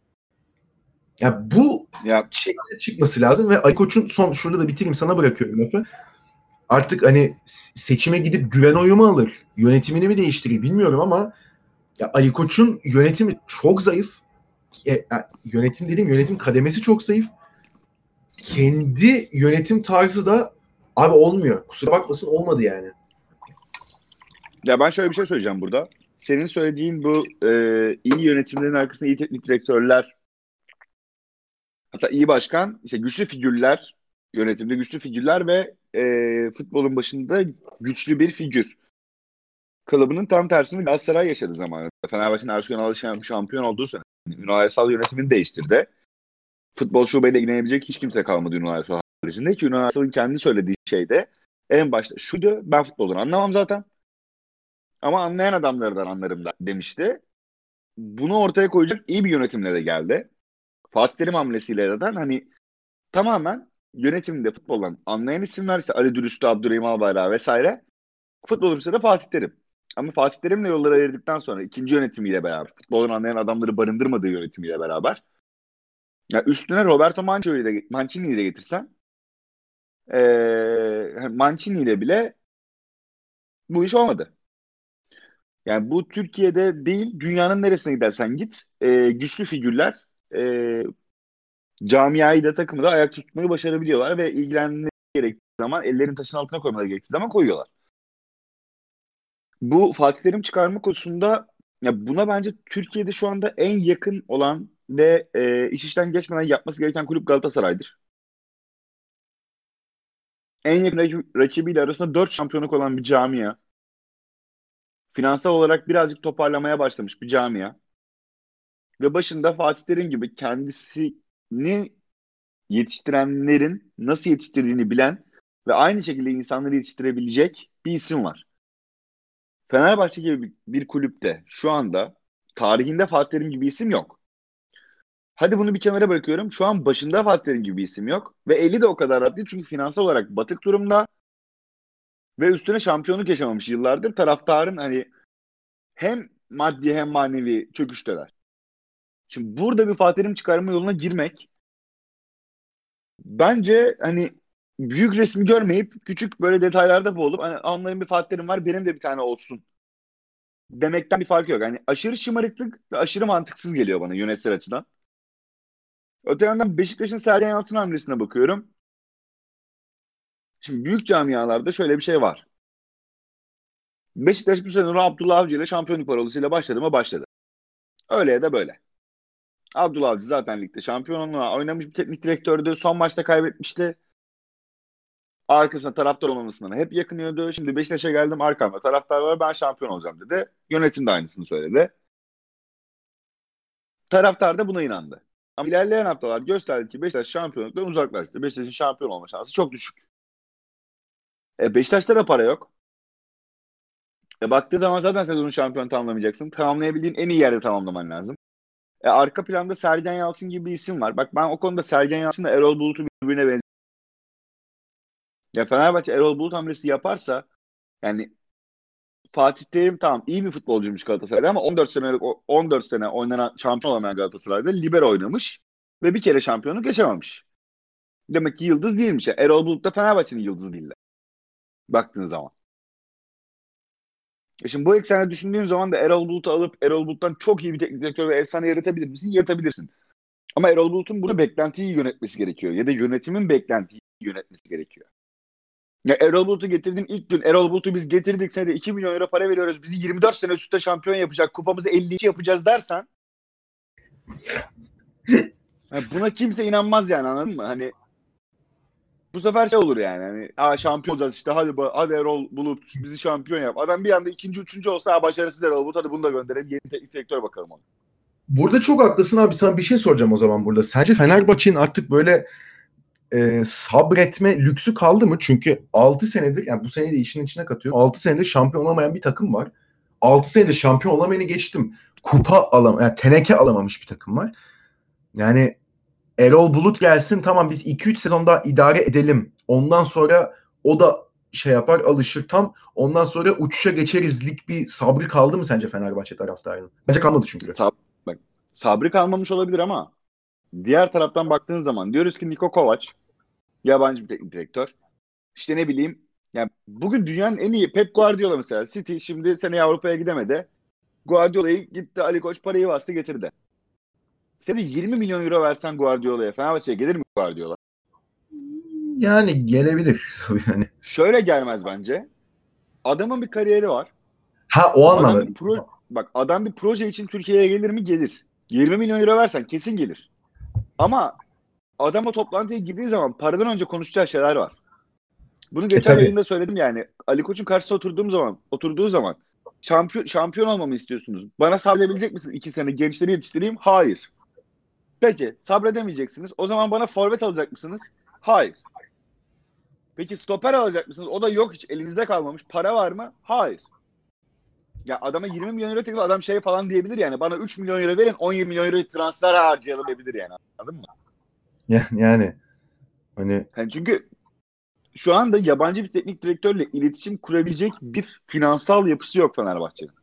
Ya bu ya. şekilde çıkması lazım ve Ali Koç'un son şurada da bitireyim sana bırakıyorum lafı. Artık hani seçime gidip güven oyu mu alır? Yönetimini mi değiştirir bilmiyorum ama ya Ali Koç'un yönetimi çok zayıf. E, yönetim dediğim yönetim kademesi çok zayıf. Kendi yönetim tarzı da abi olmuyor. Kusura bakmasın olmadı yani. Ya ben şöyle bir şey söyleyeceğim burada. Senin söylediğin bu e, iyi yönetimlerin arkasında iyi teknik direktörler, hatta iyi başkan, işte güçlü figürler, yönetimde güçlü figürler ve e, futbolun başında güçlü bir figür. Kalıbının tam tersini Galatasaray yaşadı zamanında. Fenerbahçe'nin Ersun Yanal'ı şampiyon olduğu sene. Ünal Aysal yönetimini değiştirdi. Futbol şubeyle ilgilenebilecek hiç kimse kalmadı Ünal Aysal haricinde ki Ünal Aysal'ın kendi söylediği şey de en başta şuydu: ben futboldan anlamam zaten. Ama anlayan adamlardan anlarım da demişti. Bunu ortaya koyacak iyi bir yönetimle de geldi. Fatih Terim hamlesiyle zaten hani tamamen yönetimde futboldan anlayan isimler, işte Ali Dürüstü, Abdurrahim Albayrak vesaire. Futbol üstüne de Fatih Terim. Ama Fatih Terim'le yolları ayırdıktan sonra ikinci yönetimiyle beraber, futboldan anlayan adamları barındırmadığı yönetimiyle beraber, ya üstüne Roberto Mancini'yi de, Mancini'yi de getirsen ee, Mancini ile bile bu iş olmadı. Yani bu Türkiye'de değil, dünyanın neresine gidersen git, e, güçlü figürler e, camiayı da takımı da ayakta tutmayı başarabiliyorlar ve ilgilenmeleri gerektiği zaman, ellerin taşın altına koymaları gerektiği zaman koyuyorlar. Bu Fatih Terim çıkarma konusunda ya buna bence Türkiye'de şu anda en yakın olan ve e, iş işten geçmeden yapması gereken kulüp Galatasaray'dır. En yakın rak- rakibiyle arasında dört şampiyonluk olan bir camia. Finansal olarak birazcık toparlamaya başlamış bir camia. Ve başında Fatih Terim gibi kendisini yetiştirenlerin nasıl yetiştirdiğini bilen ve aynı şekilde insanları yetiştirebilecek bir isim var. Fenerbahçe gibi bir, bir kulüpte şu anda tarihinde Fatih Terim gibi isim yok. Hadi bunu bir kenara bırakıyorum. Şu an başında Fatih Terim gibi bir isim yok. Ve eli de o kadar rahat değil. Çünkü finansal olarak batık durumda. Ve üstüne şampiyonluk yaşamamış yıllardır. Taraftarın hani hem maddi hem manevi çöküşteler. Şimdi burada bir Fatih Terim çıkarma yoluna girmek bence hani büyük resmi görmeyip küçük böyle detaylarda boğulup hani onların bir Fatih Terim var benim de bir tane olsun demekten bir farkı yok. Yani aşırı şımarıklık ve aşırı mantıksız geliyor bana yönetsel açıdan. Öte yandan Beşiktaş'ın Sergen Yalçın hamlesine bakıyorum. Şimdi büyük camialarda şöyle bir şey var. Beşiktaş bu sene Abdullah Avcı ile şampiyonluk parolasıyla başladı mı başladı. Öyle ya da böyle. Abdullah Avcı zaten ligde şampiyonluğa oynamış bir teknik direktördü. Son maçta kaybetmişti. Arkasına taraftar olmamasından hep yakınıyordu. Şimdi Beşiktaş'a geldim arkamda taraftar var ben şampiyon olacağım dedi. Yönetim de aynısını söyledi. Taraftar da buna inandı. Ama ilerleyen haftalar gösterdi ki Beşiktaş şampiyonluktan uzaklaştı. Beşiktaş'ın şampiyon olma şansı çok düşük. E Beşiktaş'ta da para yok. E baktığı zaman zaten sezonu şampiyon tamamlamayacaksın. Tamamlayabildiğin en iyi yerde tamamlaman lazım. E arka planda Sergen Yalçın gibi bir isim var. Bak ben o konuda Sergen Yalçın'la Erol Bulut'u birbirine benziyorum. Ya Fenerbahçe Erol Bulut hamlesi yaparsa yani Fatih Terim tamam iyi bir futbolcuymuş Galatasaray'da ama on dört senelik on dört sene oynanan şampiyon olamayan Galatasaray'da libero oynamış ve bir kere şampiyonluk yaşamamış. Demek ki yıldız değilmiş. Yani Erol Bulut da Fenerbahçe'nin yıldızı değil. Baktığın zaman. E şimdi bu eksende düşündüğün zaman da Erol Bulut'u alıp Erol Bulut'tan çok iyi bir teknik direktör ve efsane yaratabilir misin? Yaratabilirsin. Ama Erol Bulut'un bunu beklentiyi yönetmesi gerekiyor. Ya da yönetimin beklentiyi yönetmesi gerekiyor. Ya Erol Bulut'u getirdiğin ilk gün Erol Bulut'u biz getirdik senede iki milyon euro para veriyoruz. Bizi yirmi dört sene üstte şampiyon yapacak. Kupamızı elli iki yapacağız dersen yani buna kimse inanmaz yani anladın mı? Hani bu sefer şey olur yani. Hani Aa, şampiyon olacağız işte hadi hadi Erol Bulut bizi şampiyon yap. Adam bir anda ikinci üçüncü olsa ha, başarısız Erol Bulut hadi bunu da gönderelim. Yeni teknik direktör bakalım ona. Burada çok haklısın abi. Sana bir şey soracağım o zaman burada. Sence Fenerbahçe'nin artık böyle e, sabretme lüksü kaldı mı? Çünkü altı senedir yani bu seneyi de işin içine katıyor. altı senedir şampiyon olamayan bir takım var. altı senedir şampiyon olamayanı geçtim. Kupa alam yani teneke alamamış bir takım var. Yani Erol Bulut gelsin tamam biz iki üç sezon daha idare edelim. Ondan sonra o da şey yapar alışır tam. Ondan sonra uçuşa geçerizlik bir sabrı kaldı mı sence Fenerbahçe taraftarının? Bence kalmadı çünkü. Sab bak, sabrı kalmamış olabilir ama diğer taraftan baktığın zaman diyoruz ki Niko Kovac yabancı bir teknik direktör. İşte ne bileyim yani bugün dünyanın en iyi Pep Guardiola mesela City şimdi seneye Avrupa'ya gidemedi. Guardiola'yı gitti Ali Koç parayı bastı getirdi. Seni yirmi milyon euro versen Guardiola'ya Fenerbahçe'ye gelir mi Guardiola? Yani gelebilir tabii yani. Şöyle gelmez bence. Adamın bir kariyeri var. Ha o anlamda. Adam bir pro bak adam bir proje için Türkiye'ye gelir mi? Gelir. yirmi milyon euro versen kesin gelir. Ama adamla toplantıya girdiği zaman paradan önce konuşacağı şeyler var. Bunu geçen E, yayında söyledim yani. Ali Koç'un karşısına oturduğum zaman, oturduğu zaman şampiyon şampiyon olmamı istiyorsunuz. Bana sabredebilecek misiniz? İki sene gençleri yetiştireyim. Hayır. Peki sabredemeyeceksiniz. O zaman bana forvet alacak mısınız? Hayır. Peki stoper alacak mısınız? O da yok hiç elinizde kalmamış. Para var mı? Hayır. Ya adama yirmi milyon euro teklif adam şey falan diyebilir yani. Bana üç milyon euro verin on yedi milyon euro transfer harcayalım diyebilir yani. Anladın mı? Yani, yani hani Yani çünkü şu anda yabancı bir teknik direktörle iletişim kurabilecek bir finansal yapısı yok Fenerbahçe'nin.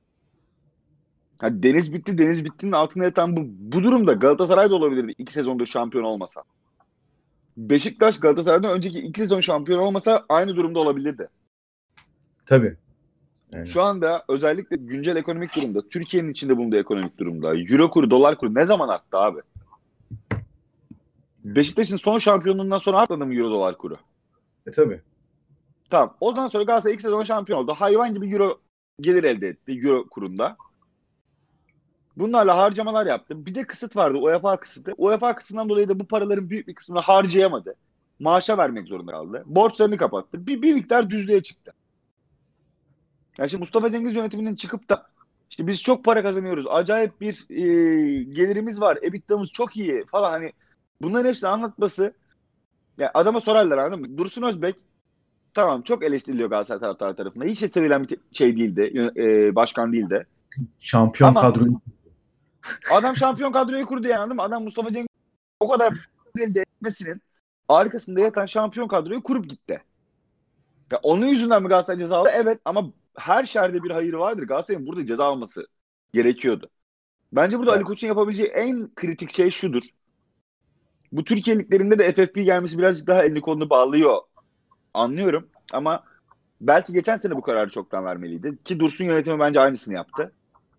Yani Deniz bitti, Deniz bitti'nin altında yatan bu, bu durumda Galatasaray da olabilirdi iki sezondur şampiyon olmasa. Beşiktaş Galatasaray'dan önceki iki sezon şampiyon olmasa aynı durumda olabilirdi. tabii. Yani. Şu anda özellikle güncel ekonomik durumda, Türkiye'nin içinde bulunduğu ekonomik durumda, euro kuru, dolar kuru ne zaman arttı abi? Beşiktaş'ın son şampiyonluğundan sonra artmadı mı euro dolar kuru? E tabii. Tamam. Ondan sonra Galatasaray ilk sezon şampiyon oldu. Hayvan gibi euro gelir elde etti euro kurunda. Bunlarla harcamalar yaptı. Bir de kısıt vardı. UEFA kısıtı. UEFA kısıtından dolayı da bu paraların büyük bir kısmını harcayamadı. Maaşa vermek zorunda kaldı. Borçlarını kapattı. Bir, bir miktar düzlüğe çıktı. Yani şimdi Mustafa Cengiz yönetiminin çıkıp da işte biz çok para kazanıyoruz. Acayip bir e, gelirimiz var. EBITDA'mız çok iyi falan hani bunların hepsini anlatması yani adama sorarlar anladın mı? Dursun Özbek tamam çok eleştiriliyor Galatasaray taraftarı tarafından. Hiç de sevilen bir şey değildi. E, başkan değildi. Şampiyon Ama kadro. Adam şampiyon kadroyu kurdu yani, anladın mı? Adam Mustafa Cengiz o kadar elde etmesinin arkasında yatan şampiyon kadroyu kurup gitti. Ya onun yüzünden mi Galatasaray ceza aldı? Evet, ama her şerde bir hayır vardır. Galatasaray'ın burada ceza alması gerekiyordu. Bence burada Ya. Ali Koç'un yapabileceği en kritik şey şudur. Bu Türkiye liglerinde de F F P gelmesi birazcık daha elini kolunu bağlıyor. Anlıyorum ama belki geçen sene bu kararı çoktan vermeliydi. Ki Dursun yönetimi bence aynısını yaptı.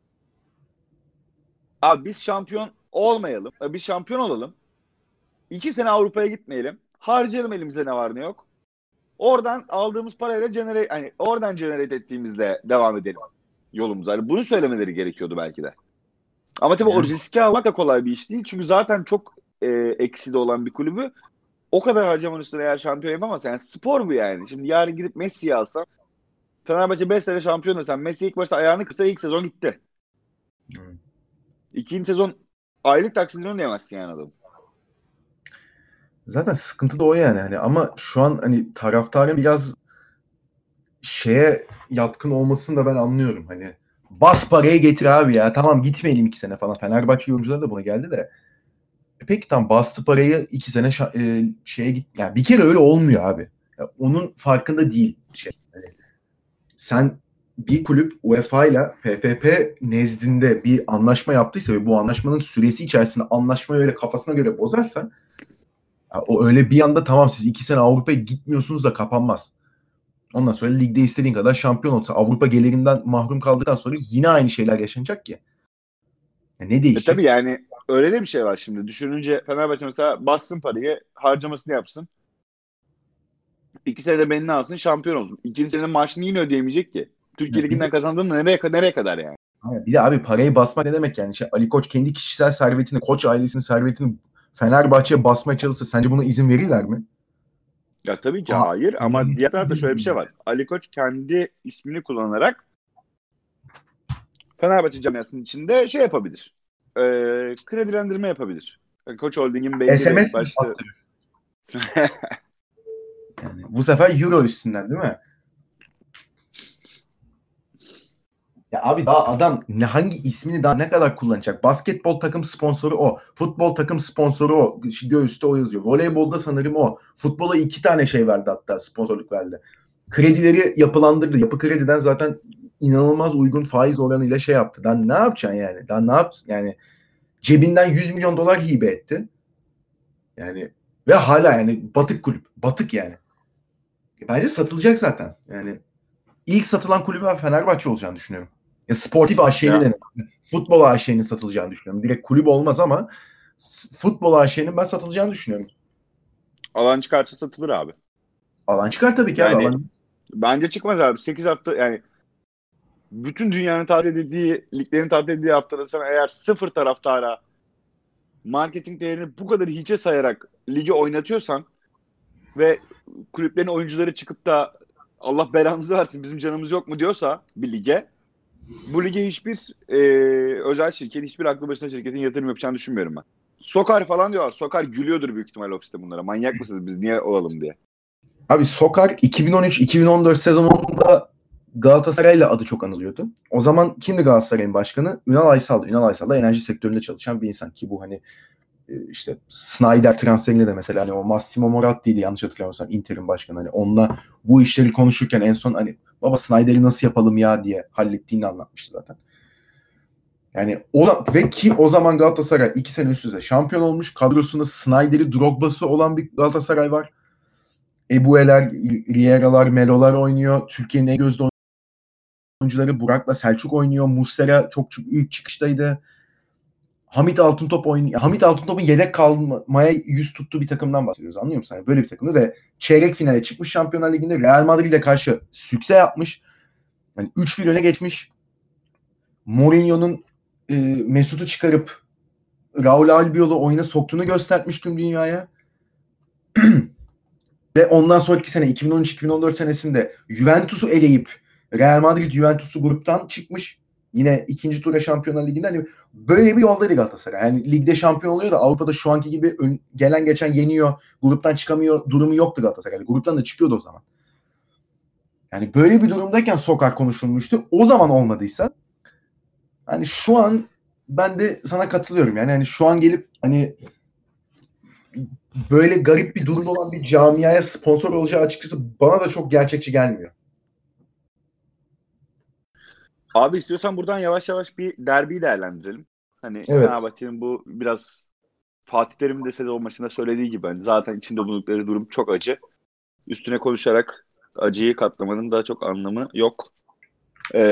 Abi biz şampiyon olmayalım. Biz şampiyon olalım. İki sene Avrupa'ya gitmeyelim. Harcayalım elimize ne var ne yok. Oradan aldığımız parayla generate, hani oradan generate ettiğimizde devam edelim yolumuza. Yani bunu söylemeleri gerekiyordu belki de. Ama tabii o riski almak da kolay bir iş değil. Çünkü zaten çok e, ekside olan bir kulübü o kadar harcaman üstüne eğer şampiyon yapamazsan, yani spor bu yani. Şimdi yarın gidip Messi'yi alsan, Fenerbahçe beş sene şampiyon olsan, Messi ilk başta ayağını kırsa ilk sezon gitti. Hmm. İkinci sezon aylık taksidini ödeyemezsin yani adam. Zaten sıkıntı da o yani. Hani ama şu an hani taraftarın biraz şeye yatkın olmasını da ben anlıyorum. Hani bas parayı getir abi ya. Tamam gitmeyelim iki sene falan. Fenerbahçe yorumcuları da buna geldi de. E peki tam bastı parayı iki sene şa- e, şeye git. Yani bir kere öyle olmuyor abi. Ya onun farkında değil şey. Hani sen bir kulüp UEFA ile F F P nezdinde bir anlaşma yaptıysa ve bu anlaşmanın süresi içerisinde anlaşmayı öyle kafasına göre bozarsa, ya o öyle bir anda tamam siz iki sene Avrupa'ya gitmiyorsunuz da kapanmaz. Ondan sonra ligde istediğin kadar şampiyon olsa Avrupa gelirinden mahrum kaldıktan sonra yine aynı şeyler yaşanacak ki. Ya ne değişecek? E tabii yani öyle de bir şey var şimdi. Düşününce Fenerbahçe mesela bassın parayı, harcamasını yapsın. İki senede beni ne alsın, şampiyon olsun. İkinci senenin maaşını yine ödeyemeyecek ki. Türkiye Ya Ligi'nden de, kazandığın nereye, nereye kadar yani? bir de abi parayı basmak ne demek yani? Şey, Ali Koç kendi kişisel servetini, Koç ailesinin servetini Fenerbahçe'ye basmaya çalışsa sence buna izin verirler mi? Ya tabii ki Aa, hayır, ama diğer tarafta şöyle bir şey var. Ali Koç kendi ismini kullanarak Fenerbahçe camiasının içinde şey yapabilir. E, kredilendirme yapabilir. Yani Koç Holding'in belli S M S mi başlı... attırır? Yani bu sefer Euro üstünden değil mi? Ya abi daha adam ne hangi ismini daha ne kadar kullanacak? Basketbol takım sponsoru o. Futbol takım sponsoru o. Göğüste o yazıyor. Voleybolda sanırım o. Futbola iki tane şey verdi, hatta sponsorluk verdi. Kredileri yapılandırdı. Yapı Kredi'den zaten inanılmaz uygun faiz oranıyla şey yaptı. Daha ne yapacaksın yani? Daha ne yapsın? Yani cebinden yüz milyon dolar hibe etti. Yani ve hala yani batık kulüp. Batık yani. Bence satılacak zaten. Yani ilk satılan kulübü ben Fenerbahçe olacağını düşünüyorum. Ya Sportif A Ş'nin de Futbol A Ş'nin satılacağını düşünüyorum. Direkt kulüp olmaz ama Futbol A Ş'nin ben satılacağını düşünüyorum. Alan çıkarsa satılır abi. Alan çıkar tabii ki yani, abi. Alan... Bence çıkmaz abi. sekiz hafta yani bütün dünyanın tatil edildiği, liglerin tatil edildiği haftada sen eğer sıfır taraftara marketing değerini bu kadar hiçe sayarak ligi oynatıyorsan ve kulüplerin oyuncuları çıkıp da Allah belanızı versin bizim canımız yok mu diyorsa bir lige, bu lige hiçbir e, özel şirket, hiçbir aklı başına şirketin yatırım yapacağını düşünmüyorum ben. Sokar falan diyorlar. Sokar gülüyordur büyük ihtimalle ofiste bunlara. Manyak mısınız biz niye olalım diye. Abi Sokar iki bin on üç iki bin on dört sezonunda Galatasaray'la adı çok anılıyordu. O zaman kimdi Galatasaray'ın başkanı? Ünal Aysal. Ünal Aysal da enerji sektöründe çalışan bir insan ki bu hani işte Snyder transferinde de mesela hani o Massimo Moratti'ydi yanlış hatırlamıyorsam Inter'in başkanı, hani onunla bu işleri konuşurken en son hani baba Snyder'i nasıl yapalım ya diye hallettiğini anlatmıştı zaten. Yani o ve ki o zaman Galatasaray iki sene üst üste şampiyon olmuş. Kadrosunda Snyder'i, Drogba'sı olan bir Galatasaray var. Ebue'ler, Riera'lar, Melo'lar oynuyor. Türkiye'nin en gözde oyuncuları Burak'la Selçuk oynuyor. Muslera çok büyük çıkıştaydı. Hamit Altıntop oynuyor. Hamit Altıntop'un yedek kalmaya yüz tuttuğu bir takımdan bahsediyoruz. Anlıyor musun? Yani böyle bir takımdı ve çeyrek finale çıkmış Şampiyonlar Ligi'nde Real Madrid'e karşı sükse yapmış. Yani üç bir öne geçmiş. Mourinho'nun e, Mesut'u çıkarıp Raul Albiol'u oyuna soktuğunu göstermiş tüm dünyaya. Ve ondan sonraki sene iki bin on üç iki bin on dört senesinde Juventus'u eleyip Real Madrid Juventus'u gruptan çıkmış. Yine ikinci tura Şampiyonlar Ligi'nde hani böyle bir yoldaydı Galatasaray. Yani ligde şampiyon oluyor da Avrupa'da şu anki gibi ön, gelen geçen yeniyor, gruptan çıkamıyor durumu yoktu Galatasaray. Yani gruptan da çıkıyordu o zaman. Yani böyle bir durumdayken Sokar konuşulmuştu. O zaman olmadıysa hani şu an ben de sana katılıyorum. Yani hani şu an gelip hani böyle garip bir durumda olan bir camiaya sponsor olacağı açıkçası bana da çok gerçekçi gelmiyor. Abi istiyorsan buradan yavaş yavaş bir derbiyi değerlendirelim. Hani Evet. Fenerbahçe'nin bu biraz Fatih Terim'in de sezon maçında söylediği gibi hani zaten içinde bulundukları durum çok acı. Üstüne konuşarak acıyı katlamanın daha çok anlamı yok. Ee,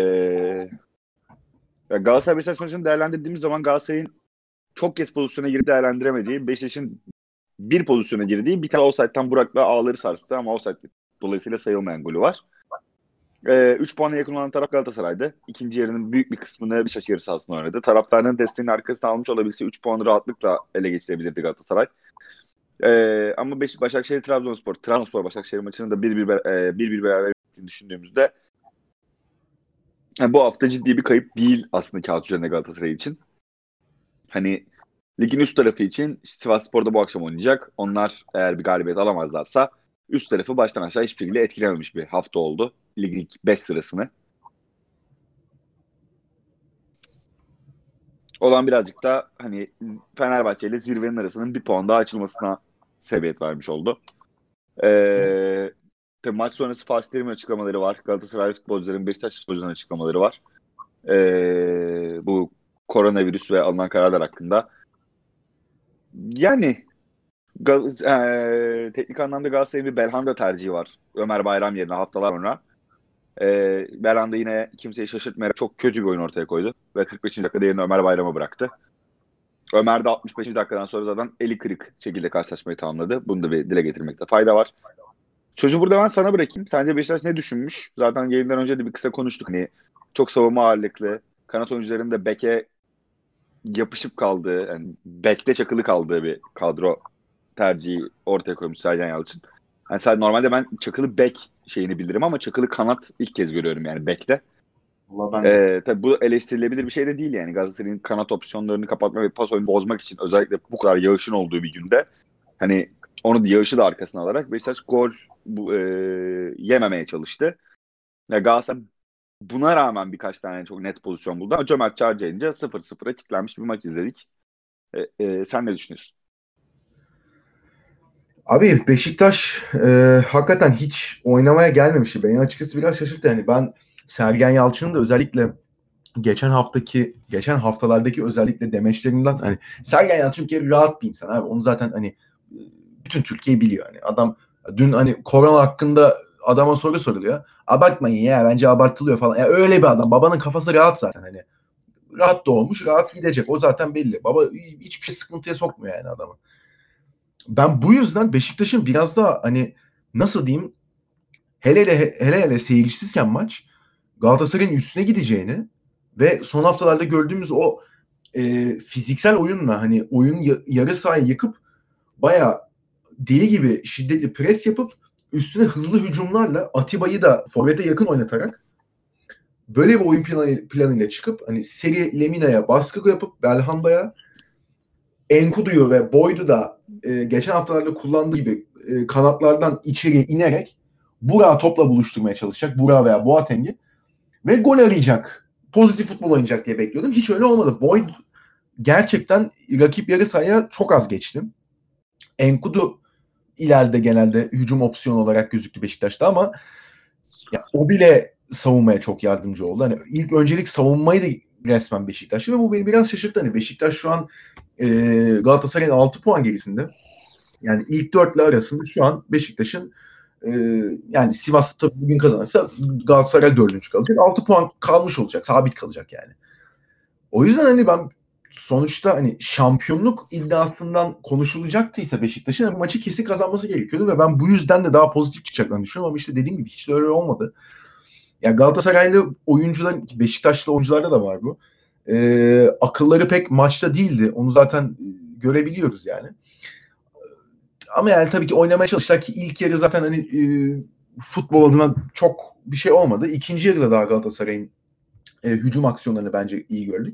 ya Galatasaray Beşiktaş maçını değerlendirdiğimiz zaman Galatasaray'ın çok kez pozisyona girip değerlendiremediği, Beşiktaş'ın bir pozisyona girdiği bir tane offside'den Burak'la ağları sarstı ama offside dolayısıyla sayılmayan golü var. Ee, üç puana yakın olan taraf Galatasaray'dı. İkinci yarının büyük bir kısmını Beşiktaş yarı sahasında oynadı. Taraftarının desteğinin arkasına almış olabilse üç puanı rahatlıkla ele geçirebilirdi Galatasaray. Ee, ama Beş Başakşehir Trabzonspor, Trabzonspor Başakşehir maçının da bir bir e, bir bir beraber bittiğini düşündüğümüzde yani bu hafta ciddi bir kayıp değil aslında kağıt üzerinde Galatasaray için. Hani ligin üst tarafı için Sivasspor'da bu akşam oynayacak. Onlar eğer bir galibiyet alamazlarsa üst tarafı baştan aşağı hiçbir şekilde etkilememiş bir hafta oldu. Ligin ilk beş sırasını. Olan birazcık da hani Fenerbahçe ile zirvenin arasının bir puan daha açılmasına sebebiyet vermiş oldu. Ee, tabii maç sonrası Fatih Terim'in açıklamaları var. Galatasaray futbolcuların, Beşiktaş futbolcuların açıklamaları var. Ee, bu koronavirüs ve alınan kararlar hakkında. Yani Gal- e, teknik anlamda Galatasaray'ın bir Belhanda tercihi var. Ömer Bayram yerine haftalar sonra. Ee, Belhanda yine kimseyi şaşırtmayarak çok kötü bir oyun ortaya koydu. Ve kırk beşinci dakikada yerine Ömer Bayram'ı bıraktı. Ömer de altmış beşinci dakikadan sonra zaten eli kırık şekilde karşılaşmayı tamamladı. Bunu da bir dile getirmekte fayda var. Sözü burada ben sana bırakayım. Sence Beşiktaş ne düşünmüş? Zaten yayından önce de bir kısa konuştuk. Hani çok savunma ağırlıklı, kanat oyuncularının da beke yapışıp kaldığı, yani bekte çakılı kaldığı bir kadro tercihi ortaya koymuş Sergen Yalçın. Yani sen, normalde ben çakılı bek şeyini bilirim ama çakılı kanat ilk kez görüyorum yani bekte. Vallahi ben de. Ee, tabii bu eleştirilebilir bir şey de değil yani. Galatasaray'ın kanat opsiyonlarını kapatma ve pas oyunu bozmak için özellikle bu kadar yağışın olduğu bir günde hani onu da yağışı da arkasına alarak Beşiktaş gol bu, e, yememeye çalıştı. Ya Galatasaray buna rağmen birkaç tane çok net pozisyon buldu. Ama Cömert Çağrıcı'nca sıfır sıfıra kilitlenmiş bir maç izledik. E, e, sen ne düşünüyorsun? Abi Beşiktaş e, hakikaten hiç oynamaya gelmemişti. Beni açıkçası biraz şaşırttı. Yani ben Sergen Yalçın'ın da özellikle geçen haftaki geçen haftalardaki özellikle demeçlerinden hani Sergen Yalçın bir kere rahat bir insan abi. Onu zaten hani bütün Türkiye biliyor. Hani adam dün hani korona hakkında adama soru soruluyor. Abartmayın ya bence abartılıyor falan. Ya öyle bir adam. Babanın kafası rahat zaten hani. Rahat doğmuş, rahat gidecek. O zaten belli. Baba hiçbir şey sıkıntıya sokmuyor yani adamı. Ben bu yüzden Beşiktaş'ın biraz daha hani nasıl diyeyim hele hele hele, hele seyircisizken maç Galatasaray'ın üstüne gideceğini ve son haftalarda gördüğümüz o e, fiziksel oyunla hani oyun ya, yarı sahayı yıkıp bayağı deli gibi şiddetli pres yapıp üstüne hızlı hücumlarla Atiba'yı da forvete yakın oynatarak böyle bir oyun planı, planıyla çıkıp hani seri Lemina'ya baskı yapıp Belhanda'ya Enkudu'yu ve Boyd'u da e, geçen haftalarda kullandığı gibi e, kanatlardan içeriye inerek Burak'ı topla buluşturmaya çalışacak. Burak veya Boateng'i ve gol arayacak. Pozitif futbol oynayacak diye bekliyordum. Hiç öyle olmadı. Boyd gerçekten rakip yarı sahaya çok az geçti. Enkudu ileride genelde hücum opsiyonu olarak gözüktü Beşiktaş'ta ama ya, o bile savunmaya çok yardımcı oldu. Hani ilk öncelik savunmayı da resmen Beşiktaş'ı ve bu beni biraz şaşırttı. Hani Beşiktaş şu an e, Galatasaray'ın altı puan gerisinde. Yani ilk dörtle arasında şu an Beşiktaş'ın e, yani Sivas tabii bugün kazanırsa Galatasaray dördüncü kalacak. altı puan kalmış olacak. Sabit kalacak yani. O yüzden hani ben sonuçta hani şampiyonluk iddiasından konuşulacaktıysa Beşiktaş'ın hani maçı kesin kazanması gerekiyordu ve ben bu yüzden de daha pozitif çıkacaklarını düşünüyorum ama işte dediğim gibi hiç de öyle olmadı. Yani Galatasaraylı oyuncular, Beşiktaşlı oyuncularda da var bu. Ee, akılları pek maçta değildi. Onu zaten görebiliyoruz yani. Ama yani tabii ki oynamaya çalıştılar ki ilk yarı zaten hani e, futbol adına çok bir şey olmadı. İkinci yarıda daha Galatasaray'ın e, hücum aksiyonlarını bence iyi gördük.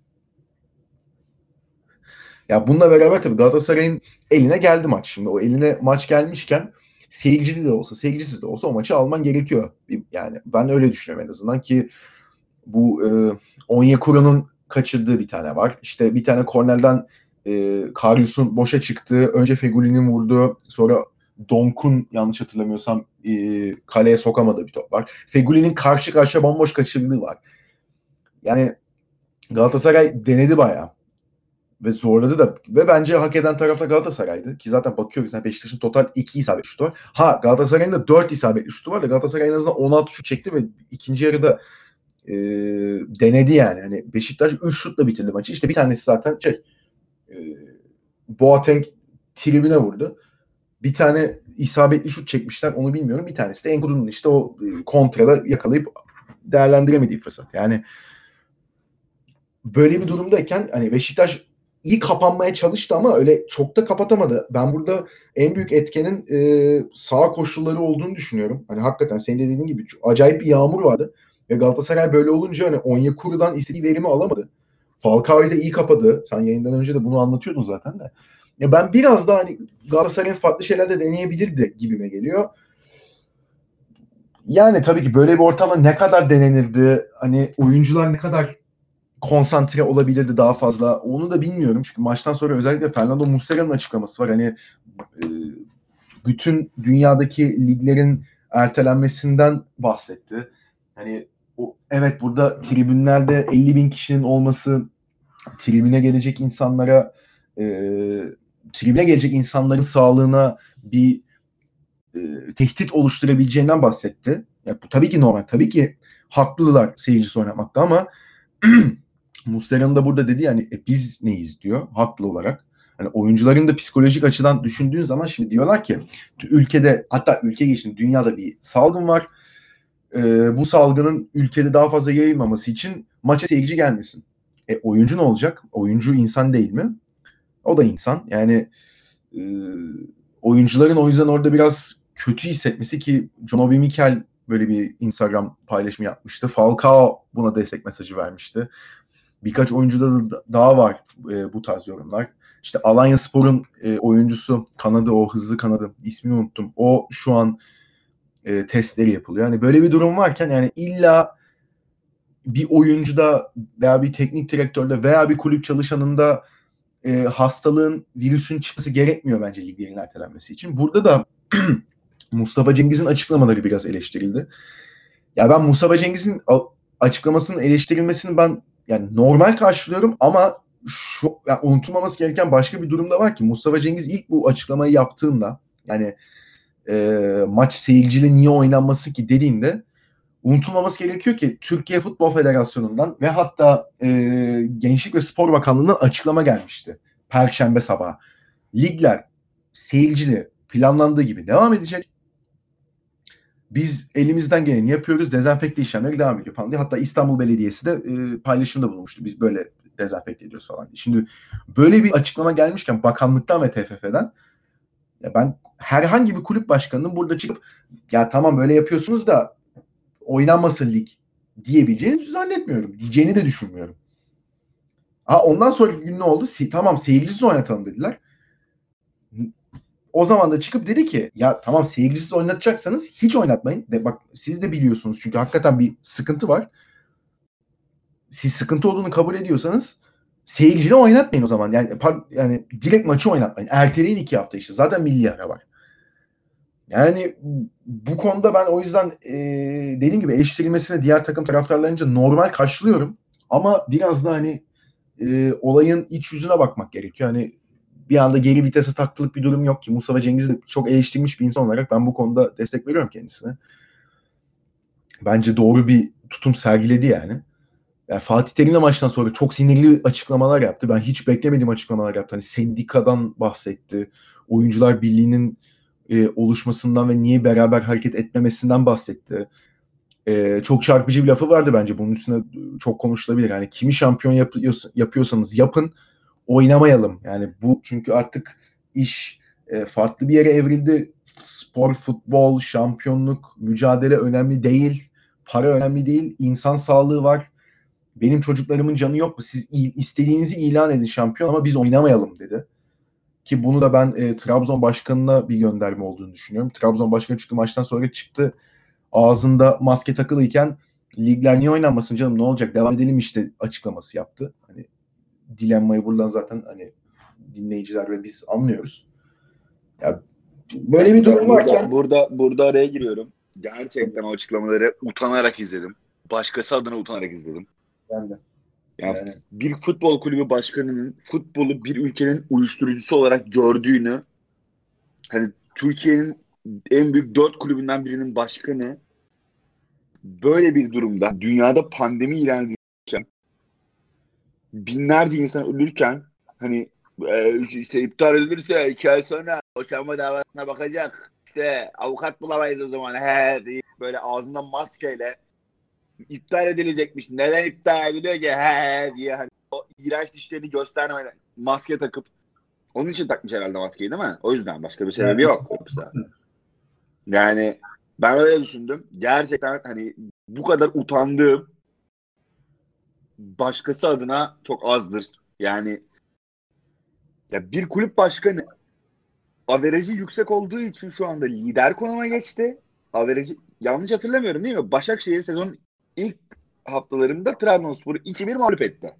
Ya bununla beraber tabii Galatasaray'ın eline geldi maç. Şimdi o eline maç gelmişken seyircili de olsa, seyircisiz de olsa o maçı alman gerekiyor. Yani ben öyle düşünüyorum en azından ki bu e, Onyekuru'nun kaçırdığı bir tane var. İşte bir tane kornerden e, Karius'un boşa çıktığı, önce Fegüli'nin vurduğu, sonra Donk'un yanlış hatırlamıyorsam e, kaleye sokamadığı bir top var. Fegüli'nin karşı karşıya bomboş kaçırdığı var. Yani Galatasaray denedi bayağı. Ve zorladı da. Ve bence hak eden taraf da Galatasaray'dı. Ki zaten bakıyoruz. Yani Beşiktaş'ın total iki isabetli şutu var. Ha, Galatasaray'ın da dört isabetli şutu var da Galatasaray en azından on altı şut çekti ve ikinci yarıda e, denedi yani. Hani Beşiktaş üç şutla bitirdi maçı. İşte bir tanesi zaten şey e, Boateng tribüne vurdu. Bir tane isabetli şut çekmişler. Onu bilmiyorum. Bir tanesi de Enkudu'nun işte o e, kontrada yakalayıp değerlendiremediği fırsat. Yani böyle bir durumdayken hani Beşiktaş iyi kapanmaya çalıştı ama öyle çok da kapatamadı. Ben burada en büyük etkenin e, sağ koşulları olduğunu düşünüyorum. Hani hakikaten senin de dediğin gibi acayip bir yağmur vardı. Ve Galatasaray böyle olunca hani Onyekuru'dan istediği verimi alamadı. Falcao'yu da iyi kapadı. Sen yayından önce de bunu anlatıyordun zaten de. Ya ben biraz daha hani Galatasaray'ın farklı şeyler de deneyebilirdi gibime geliyor. Yani tabii ki böyle bir ortamda ne kadar denenirdi, hani oyuncular ne kadar konsantre olabilirdi daha fazla, onu da bilmiyorum. Çünkü maçtan sonra özellikle Fernando Muslera'nın açıklaması var. Hani e, bütün dünyadaki liglerin ertelenmesinden bahsetti. Hani o, evet burada tribünlerde elli bin kişinin olması tribüne gelecek insanlara e, tribüne gelecek insanların sağlığına bir e, tehdit oluşturabileceğinden bahsetti. Ya bu tabii ki normal. Tabii ki haklılar seyircisi oynatmakta ama Muslera'nın da burada dediği yani e, biz neyiz diyor haklı olarak. Hani oyuncuların da psikolojik açıdan düşündüğün zaman şimdi diyorlar ki ülkede, hatta ülke geçtim, dünyada bir salgın var. Ee, bu salgının ülkede daha fazla yayılmaması için maça seyirci gelmesin. E, oyuncu ne olacak? Oyuncu insan değil mi? O da insan. Yani e, oyuncuların o yüzden orada biraz kötü hissetmesi, ki John Obi Mikel böyle bir Instagram paylaşımı yapmıştı. Falcao buna destek mesajı vermişti. Birkaç oyuncuda da daha var e, bu tarz yorumlar. İşte Alanyaspor'un e, oyuncusu, kanadı, o hızlı kanadı, ismini unuttum. O şu an e, testleri yapılıyor. Yani böyle bir durum varken yani illa bir oyuncuda veya bir teknik direktörde veya bir kulüp çalışanında e, hastalığın, virüsün çıkması gerekmiyor bence liglerin ertelenmesi için. Burada da Mustafa Cengiz'in açıklamaları biraz eleştirildi. Ya ben Mustafa Cengiz'in açıklamasının eleştirilmesini ben yani normal karşılıyorum ama şu yani unutulmaması gereken başka bir durum da var ki Mustafa Cengiz ilk bu açıklamayı yaptığında yani e, maç seyirciyle niye oynanması ki dediğinde unutulmaması gerekiyor ki Türkiye Futbol Federasyonu'ndan ve hatta e, Gençlik ve Spor Bakanlığı'ndan açıklama gelmişti. Perşembe sabahı. Ligler seyircili planlandığı gibi devam edecek. Biz elimizden geleni yapıyoruz. Dezenfekte işlemleri devam ediyor falan diye. Hatta İstanbul Belediyesi de e, paylaşımda bulunmuştu. Biz böyle dezenfekte ediyoruz falan diye. Şimdi böyle bir açıklama gelmişken bakanlıktan ve T F F'den ya ben herhangi bir kulüp başkanının burada çıkıp ya tamam böyle yapıyorsunuz da oynanmasın lig diyebileceğini zannetmiyorum. Diyeceğini de düşünmüyorum. Ha, ondan sonraki gün ne oldu? Se- tamam seyircisiz oynatalım dediler. O zaman da çıkıp dedi ki ya tamam seyircisiz oynatacaksanız hiç oynatmayın. De, bak siz de biliyorsunuz çünkü hakikaten bir sıkıntı var. Siz sıkıntı olduğunu kabul ediyorsanız seyircini oynatmayın o zaman. Yani yani direkt maçı oynatmayın. Erteleyin iki hafta işte. Zaten milli ara var. Yani bu konuda ben o yüzden e, dediğim gibi eleştirilmesine diğer takım taraftarlarınca normal karşılıyorum. Ama biraz da hani e, olayın iç yüzüne bakmak gerekiyor. Hani bir anda geri vitese taktılık bir durum yok ki. Mustafa Cengiz de çok eleştirilmiş bir insan olarak ben bu konuda destek veriyorum kendisine. Bence doğru bir tutum sergiledi yani. Yani Fatih Terim de maçtan sonra çok sinirli açıklamalar yaptı. Ben hiç beklemediğim açıklamalar yaptı. Hani sendikadan bahsetti. Oyuncular Birliği'nin e, oluşmasından ve niye beraber hareket etmemesinden bahsetti. E, çok çarpıcı bir lafı vardı bence. Bunun üstüne çok konuşulabilir. Yani kimi şampiyon yapıyorsanız, yapıyorsanız yapın, oynamayalım. Yani bu çünkü artık iş e, farklı bir yere evrildi. Spor, futbol, şampiyonluk, mücadele önemli değil. Para önemli değil. İnsan sağlığı var. Benim çocuklarımın canı yok mu? Siz istediğinizi ilan edin şampiyon ama biz oynamayalım dedi. Ki bunu da ben e, Trabzon başkanına bir gönderme olduğunu düşünüyorum. Trabzon başkanı çünkü maçtan sonra çıktı. Ağzında maske takılıyken ligler niye oynanmasın canım, ne olacak, devam edelim işte açıklaması yaptı. Hani dilemmayı buradan zaten hani dinleyiciler ve biz anlıyoruz. Ya böyle Yani bir burada, durum burada, varken burada, burada araya giriyorum. Gerçekten o açıklamaları utanarak izledim. Başkası adına utanarak izledim. ben de Yani yani bir futbol kulübü başkanının futbolu bir ülkenin uyuşturucusu olarak gördüğünü, hani Türkiye'nin en büyük dört kulübünden birinin başkanı böyle bir durumda dünyada pandemi ilan edilmişken, binlerce insan ölürken, hani e, işte iptal edilirse iki ay sonra boşanma davasına bakacak. İşte avukat bulamayız o zaman he deyip böyle ağzından maskeyle iptal edilecekmiş. Neden iptal ediliyor ki he diye, hani o iğrenç dişlerini göstermeden maske takıp, onun için takmış herhalde maskeyi değil mi? O yüzden, başka bir sebebi evet. yok yoksa. Yani ben öyle düşündüm. Gerçekten hani bu kadar utandığım başkası adına çok azdır. Yani ya bir kulüp başkanı averajı yüksek olduğu için şu anda lider konuma geçti. Averajı, yanlış hatırlamıyorum değil mi? Başakşehir sezonun ilk haftalarında Trabzonspor'u iki bir mağlup etti.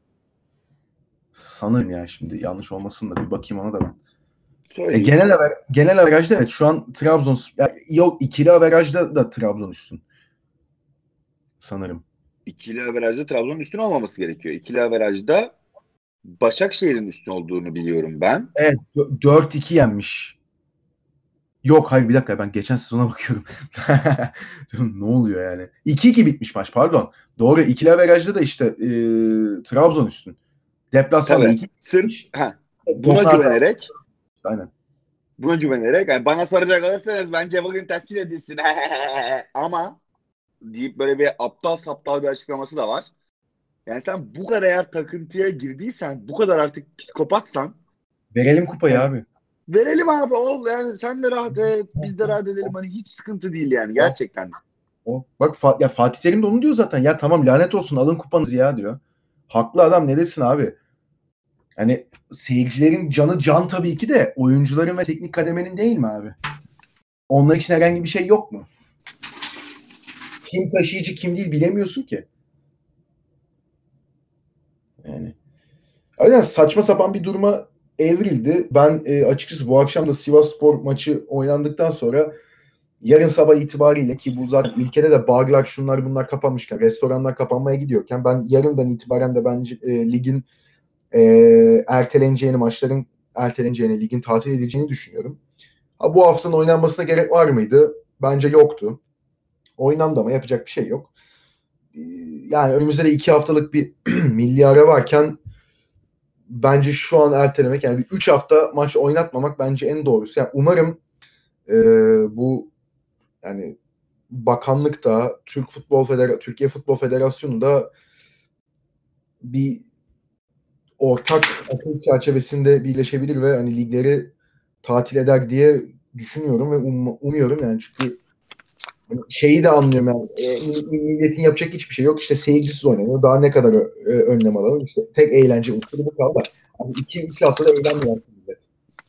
Sanırım ya, şimdi yanlış olmasın da bir bakayım ona da ben. E, Söyleyeyim. genel aver, genel averajda evet şu an Trabzon ya, yok ikili averajda da Trabzon üstün sanırım. İkili averajda Trabzon'un üstün olmaması gerekiyor. İkili averajda Başakşehir'in üstün olduğunu biliyorum ben. Evet, dört iki yenmiş. Yok hayır, bir dakika, ben geçen sezona bakıyorum. Ne oluyor yani? iki iki bitmiş maç, pardon. Doğru, ikili averajda da işte e, Trabzon üstün. Deplasmanda Tabii. iki Sırf bitmiş. ha, buna doksan altı güvenerek aynen. buna güvenerek yani bana soracak olursanız bence bugün tescil edilsin ama deyip böyle bir aptal saptal bir açıklaması da var. Yani sen bu kadar eğer takıntıya girdiysen, bu kadar artık psikopatsan, Verelim kupayı yani abi. verelim abi, ol yani, sen de rahat et, biz de rahat edelim, hani hiç sıkıntı değil yani O, gerçekten. o. Bak Fa- ya Fatih Terim de onu diyor zaten. Ya tamam, lanet olsun, alın kupanızı ya diyor. Haklı adam, ne desin abi? Hani seyircilerin canı can tabii ki de, oyuncuların ve teknik kademenin değil mi abi? Onlar için herhangi bir şey yok mu? Kim taşıyıcı kim değil bilemiyorsun ki. Yani. O yüzden saçma sapan bir duruma evrildi. Ben e, açıkçası bu akşam da Sivasspor maçı oynandıktan sonra yarın sabah itibariyle, ki bu zaten ülkede de barlar şunlar bunlar kapanmışken, restoranlar kapanmaya gidiyorken, ben yarından itibaren de bence e, ligin e, erteleneceğini, maçların erteleneceğini, ligin tatil edileceğini düşünüyorum. Ha, bu haftanın oynanmasına gerek var mıydı? Bence yoktu. Oynandı ama yapacak bir şey yok. Ee, Yani önümüzde de iki haftalık bir milli ara varken bence şu an ertelemek, yani üç hafta maç oynatmamak bence en doğrusu. Yani umarım e, bu yani bakanlık da, Türk Futbol Federa Türkiye Futbol Federasyonu da bir ortak akıl çerçevesinde birleşebilir ve hani ligleri tatil eder diye düşünüyorum ve um- umuyorum yani, çünkü şeyi de anlıyorum yani. E, milletin yapacak hiçbir şey yok. İşte seyircisiz oynanıyor. Daha ne kadar e, önlem alalım? İşte tek eğlence unsuru bu kaldı. Hani iki üç haftada eğlenmiyor millet.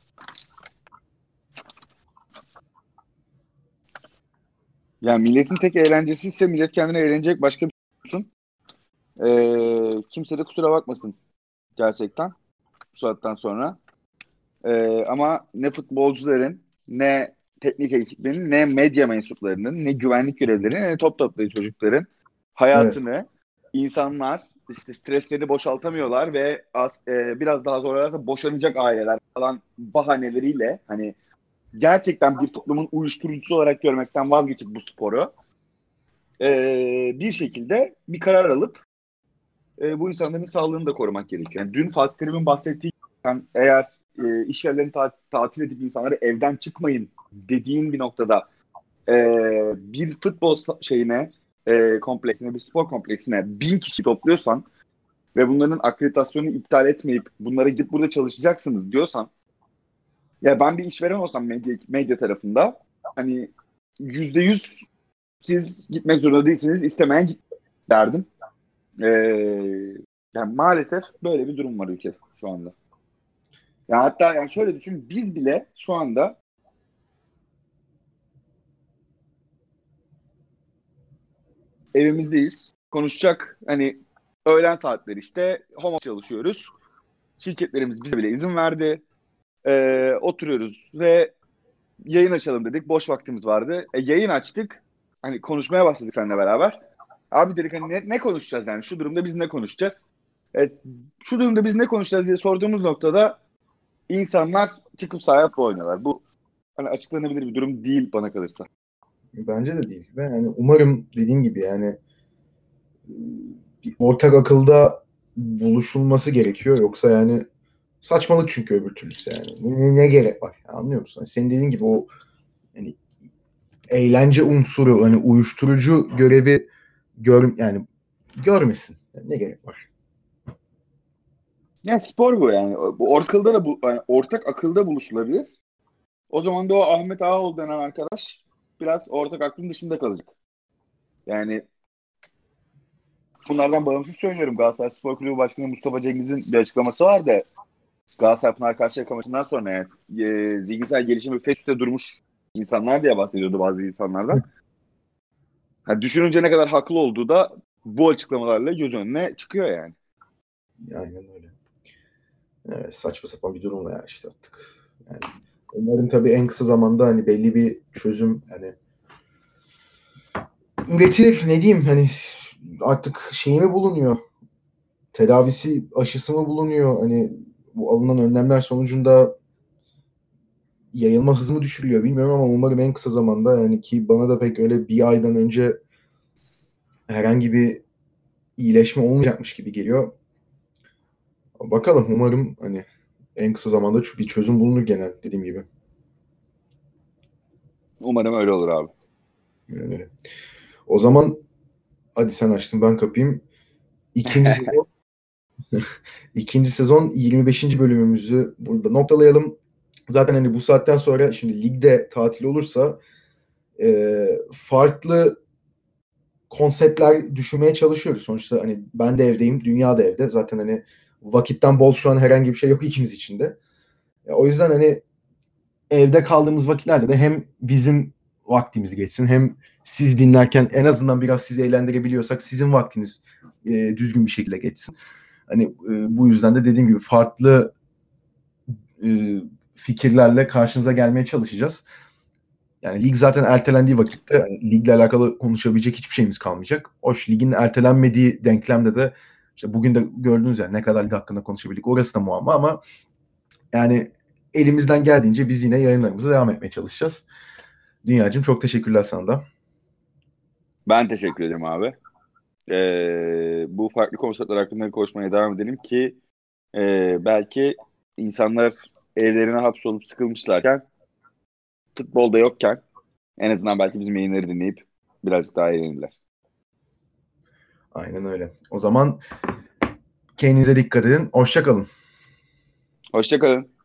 Yani milletin tek eğlencesi ise millet kendine eğlenecek başka bir şey olsun. Ee, kimse de kusura bakmasın gerçekten bu saatten sonra. Ee, ama ne futbolcuların, ne teknik ekibinin, ne medya mensuplarının, ne güvenlik görevlilerinin, ne top toplayıcı çocukların Evet. hayatını insanlar işte streslerini boşaltamıyorlar ve az, e, biraz daha zorlarsa boşanacak aileler falan bahaneleriyle, hani gerçekten bir toplumun uyuşturucusu olarak görmekten vazgeçip bu sporu e, bir şekilde bir karar alıp e, bu insanların sağlığını da korumak gerekiyor. Yani dün Fatih Terim'in bahsettiği, sen eğer e, iş yerlerini ta- tatil edip insanları evden çıkmayın dediğin bir noktada e, bir futbol şeyine, e, kompleksine, bir spor kompleksine bin kişi topluyorsan ve bunların akreditasyonunu iptal etmeyip bunlara gidip burada çalışacaksınız diyorsan, ya ben bir işveren olsam medya, medya tarafında, hani yüzde yüz siz gitmek zorunda değilsiniz, istemeyen git derdim. Ee, Yani maalesef böyle bir durum var ülkede şu anda. Ya hatta yani şöyle düşün, biz bile şu anda evimizdeyiz. Konuşacak hani öğlen saatleri işte home office çalışıyoruz. Şirketlerimiz bize bile izin verdi. Ee, oturuyoruz ve yayın açalım dedik. Boş vaktimiz vardı. E, yayın açtık. Hani konuşmaya başladık seninle beraber. Abi dedik hani ne, ne konuşacağız yani? Şu durumda biz ne konuşacağız? E, şu durumda biz ne konuşacağız diye sorduğumuz noktada insanlar çıkıp sahaya futbol oynuyorlar. Bu hani açıklanabilir bir durum değil bana kalırsa. Bence de değil. Ve yani umarım dediğim gibi yani bir ortak akılda buluşulması gerekiyor. Yoksa yani saçmalık çünkü öbür türlüsü yani. Ne, ne gerek var? Yani anlıyor musun? Yani senin dediğin gibi o hani eğlence unsuru, hani uyuşturucu görevi gör yani görmesin. Yani ne gerek var? Yani spor bu yani. Bu orkılda da bu yani ortak akılda buluşulabilir. O zaman da o Ahmet Ağaoğlu denen arkadaş biraz ortak aklın dışında kalacak. Yani bunlardan bağımsız söylüyorum. Galatasaray Spor Kulübü Başkanı Mustafa Cengiz'in bir açıklaması var da Galatasaray Pınar Karşıyaka maçından sonra yani e, zihinsel gelişimi festüde durmuş insanlar diye bahsediyordu bazı insanlardan. Yani düşününce ne kadar haklı olduğu da bu açıklamalarla göz önüne çıkıyor yani. Aynen öyle. Evet, saçma sapan bir durum ya işte artık. Yani umarım tabii en kısa zamanda hani belli bir çözüm hani üretilir, ne diyeyim hani artık şeyi mi bulunuyor? Tedavisi, aşısı mı bulunuyor? Hani bu alınan önlemler sonucunda yayılma hızı mı düşürülüyor bilmiyorum ama umarım en kısa zamanda, yani ki bana da pek öyle bir aydan önce herhangi bir iyileşme olmayacakmış gibi geliyor. Bakalım, umarım hani en kısa zamanda bir çözüm bulunur gene dediğim gibi. Umarım öyle olur abi. Yani o zaman hadi sen açtın ben kapayım. İkinci sezon ikinci sezon yirmi beşinci bölümümüzü burada noktalayalım. Zaten hani bu saatten sonra şimdi ligde tatil olursa e, farklı konseptler düşünmeye çalışıyoruz. Sonuçta hani ben de evdeyim, dünya da evde. Zaten hani vakitten bol şu an herhangi bir şey yok ikimiz için de. Ya, o yüzden hani evde kaldığımız vakitlerde de hem bizim vaktimiz geçsin, hem siz dinlerken en azından biraz sizi eğlendirebiliyorsak sizin vaktiniz e, düzgün bir şekilde geçsin. Hani e, bu yüzden de dediğim gibi farklı e, fikirlerle karşınıza gelmeye çalışacağız. Yani lig zaten ertelendiği vakitte yani ligle alakalı konuşabilecek hiçbir şeyimiz kalmayacak. Hoş, ligin ertelenmediği denklemde de işte bugün de gördünüz yani ne kadar lig hakkında konuşabildik. Orası da muamma ama yani elimizden geldiğince biz yine yayınlarımıza devam etmeye çalışacağız. Dünyacığım çok teşekkürler sana da. Ben teşekkür ederim abi. Ee, bu farklı konseptler hakkında konuşmaya devam edelim ki e, belki insanlar evlerine hapsolup sıkılmışlarken futbolda yokken en azından belki bizim yayınları dinleyip birazcık daha eğlenirler. Aynen öyle. O zaman kendinize dikkat edin. Hoşça kalın. Hoşça kalın.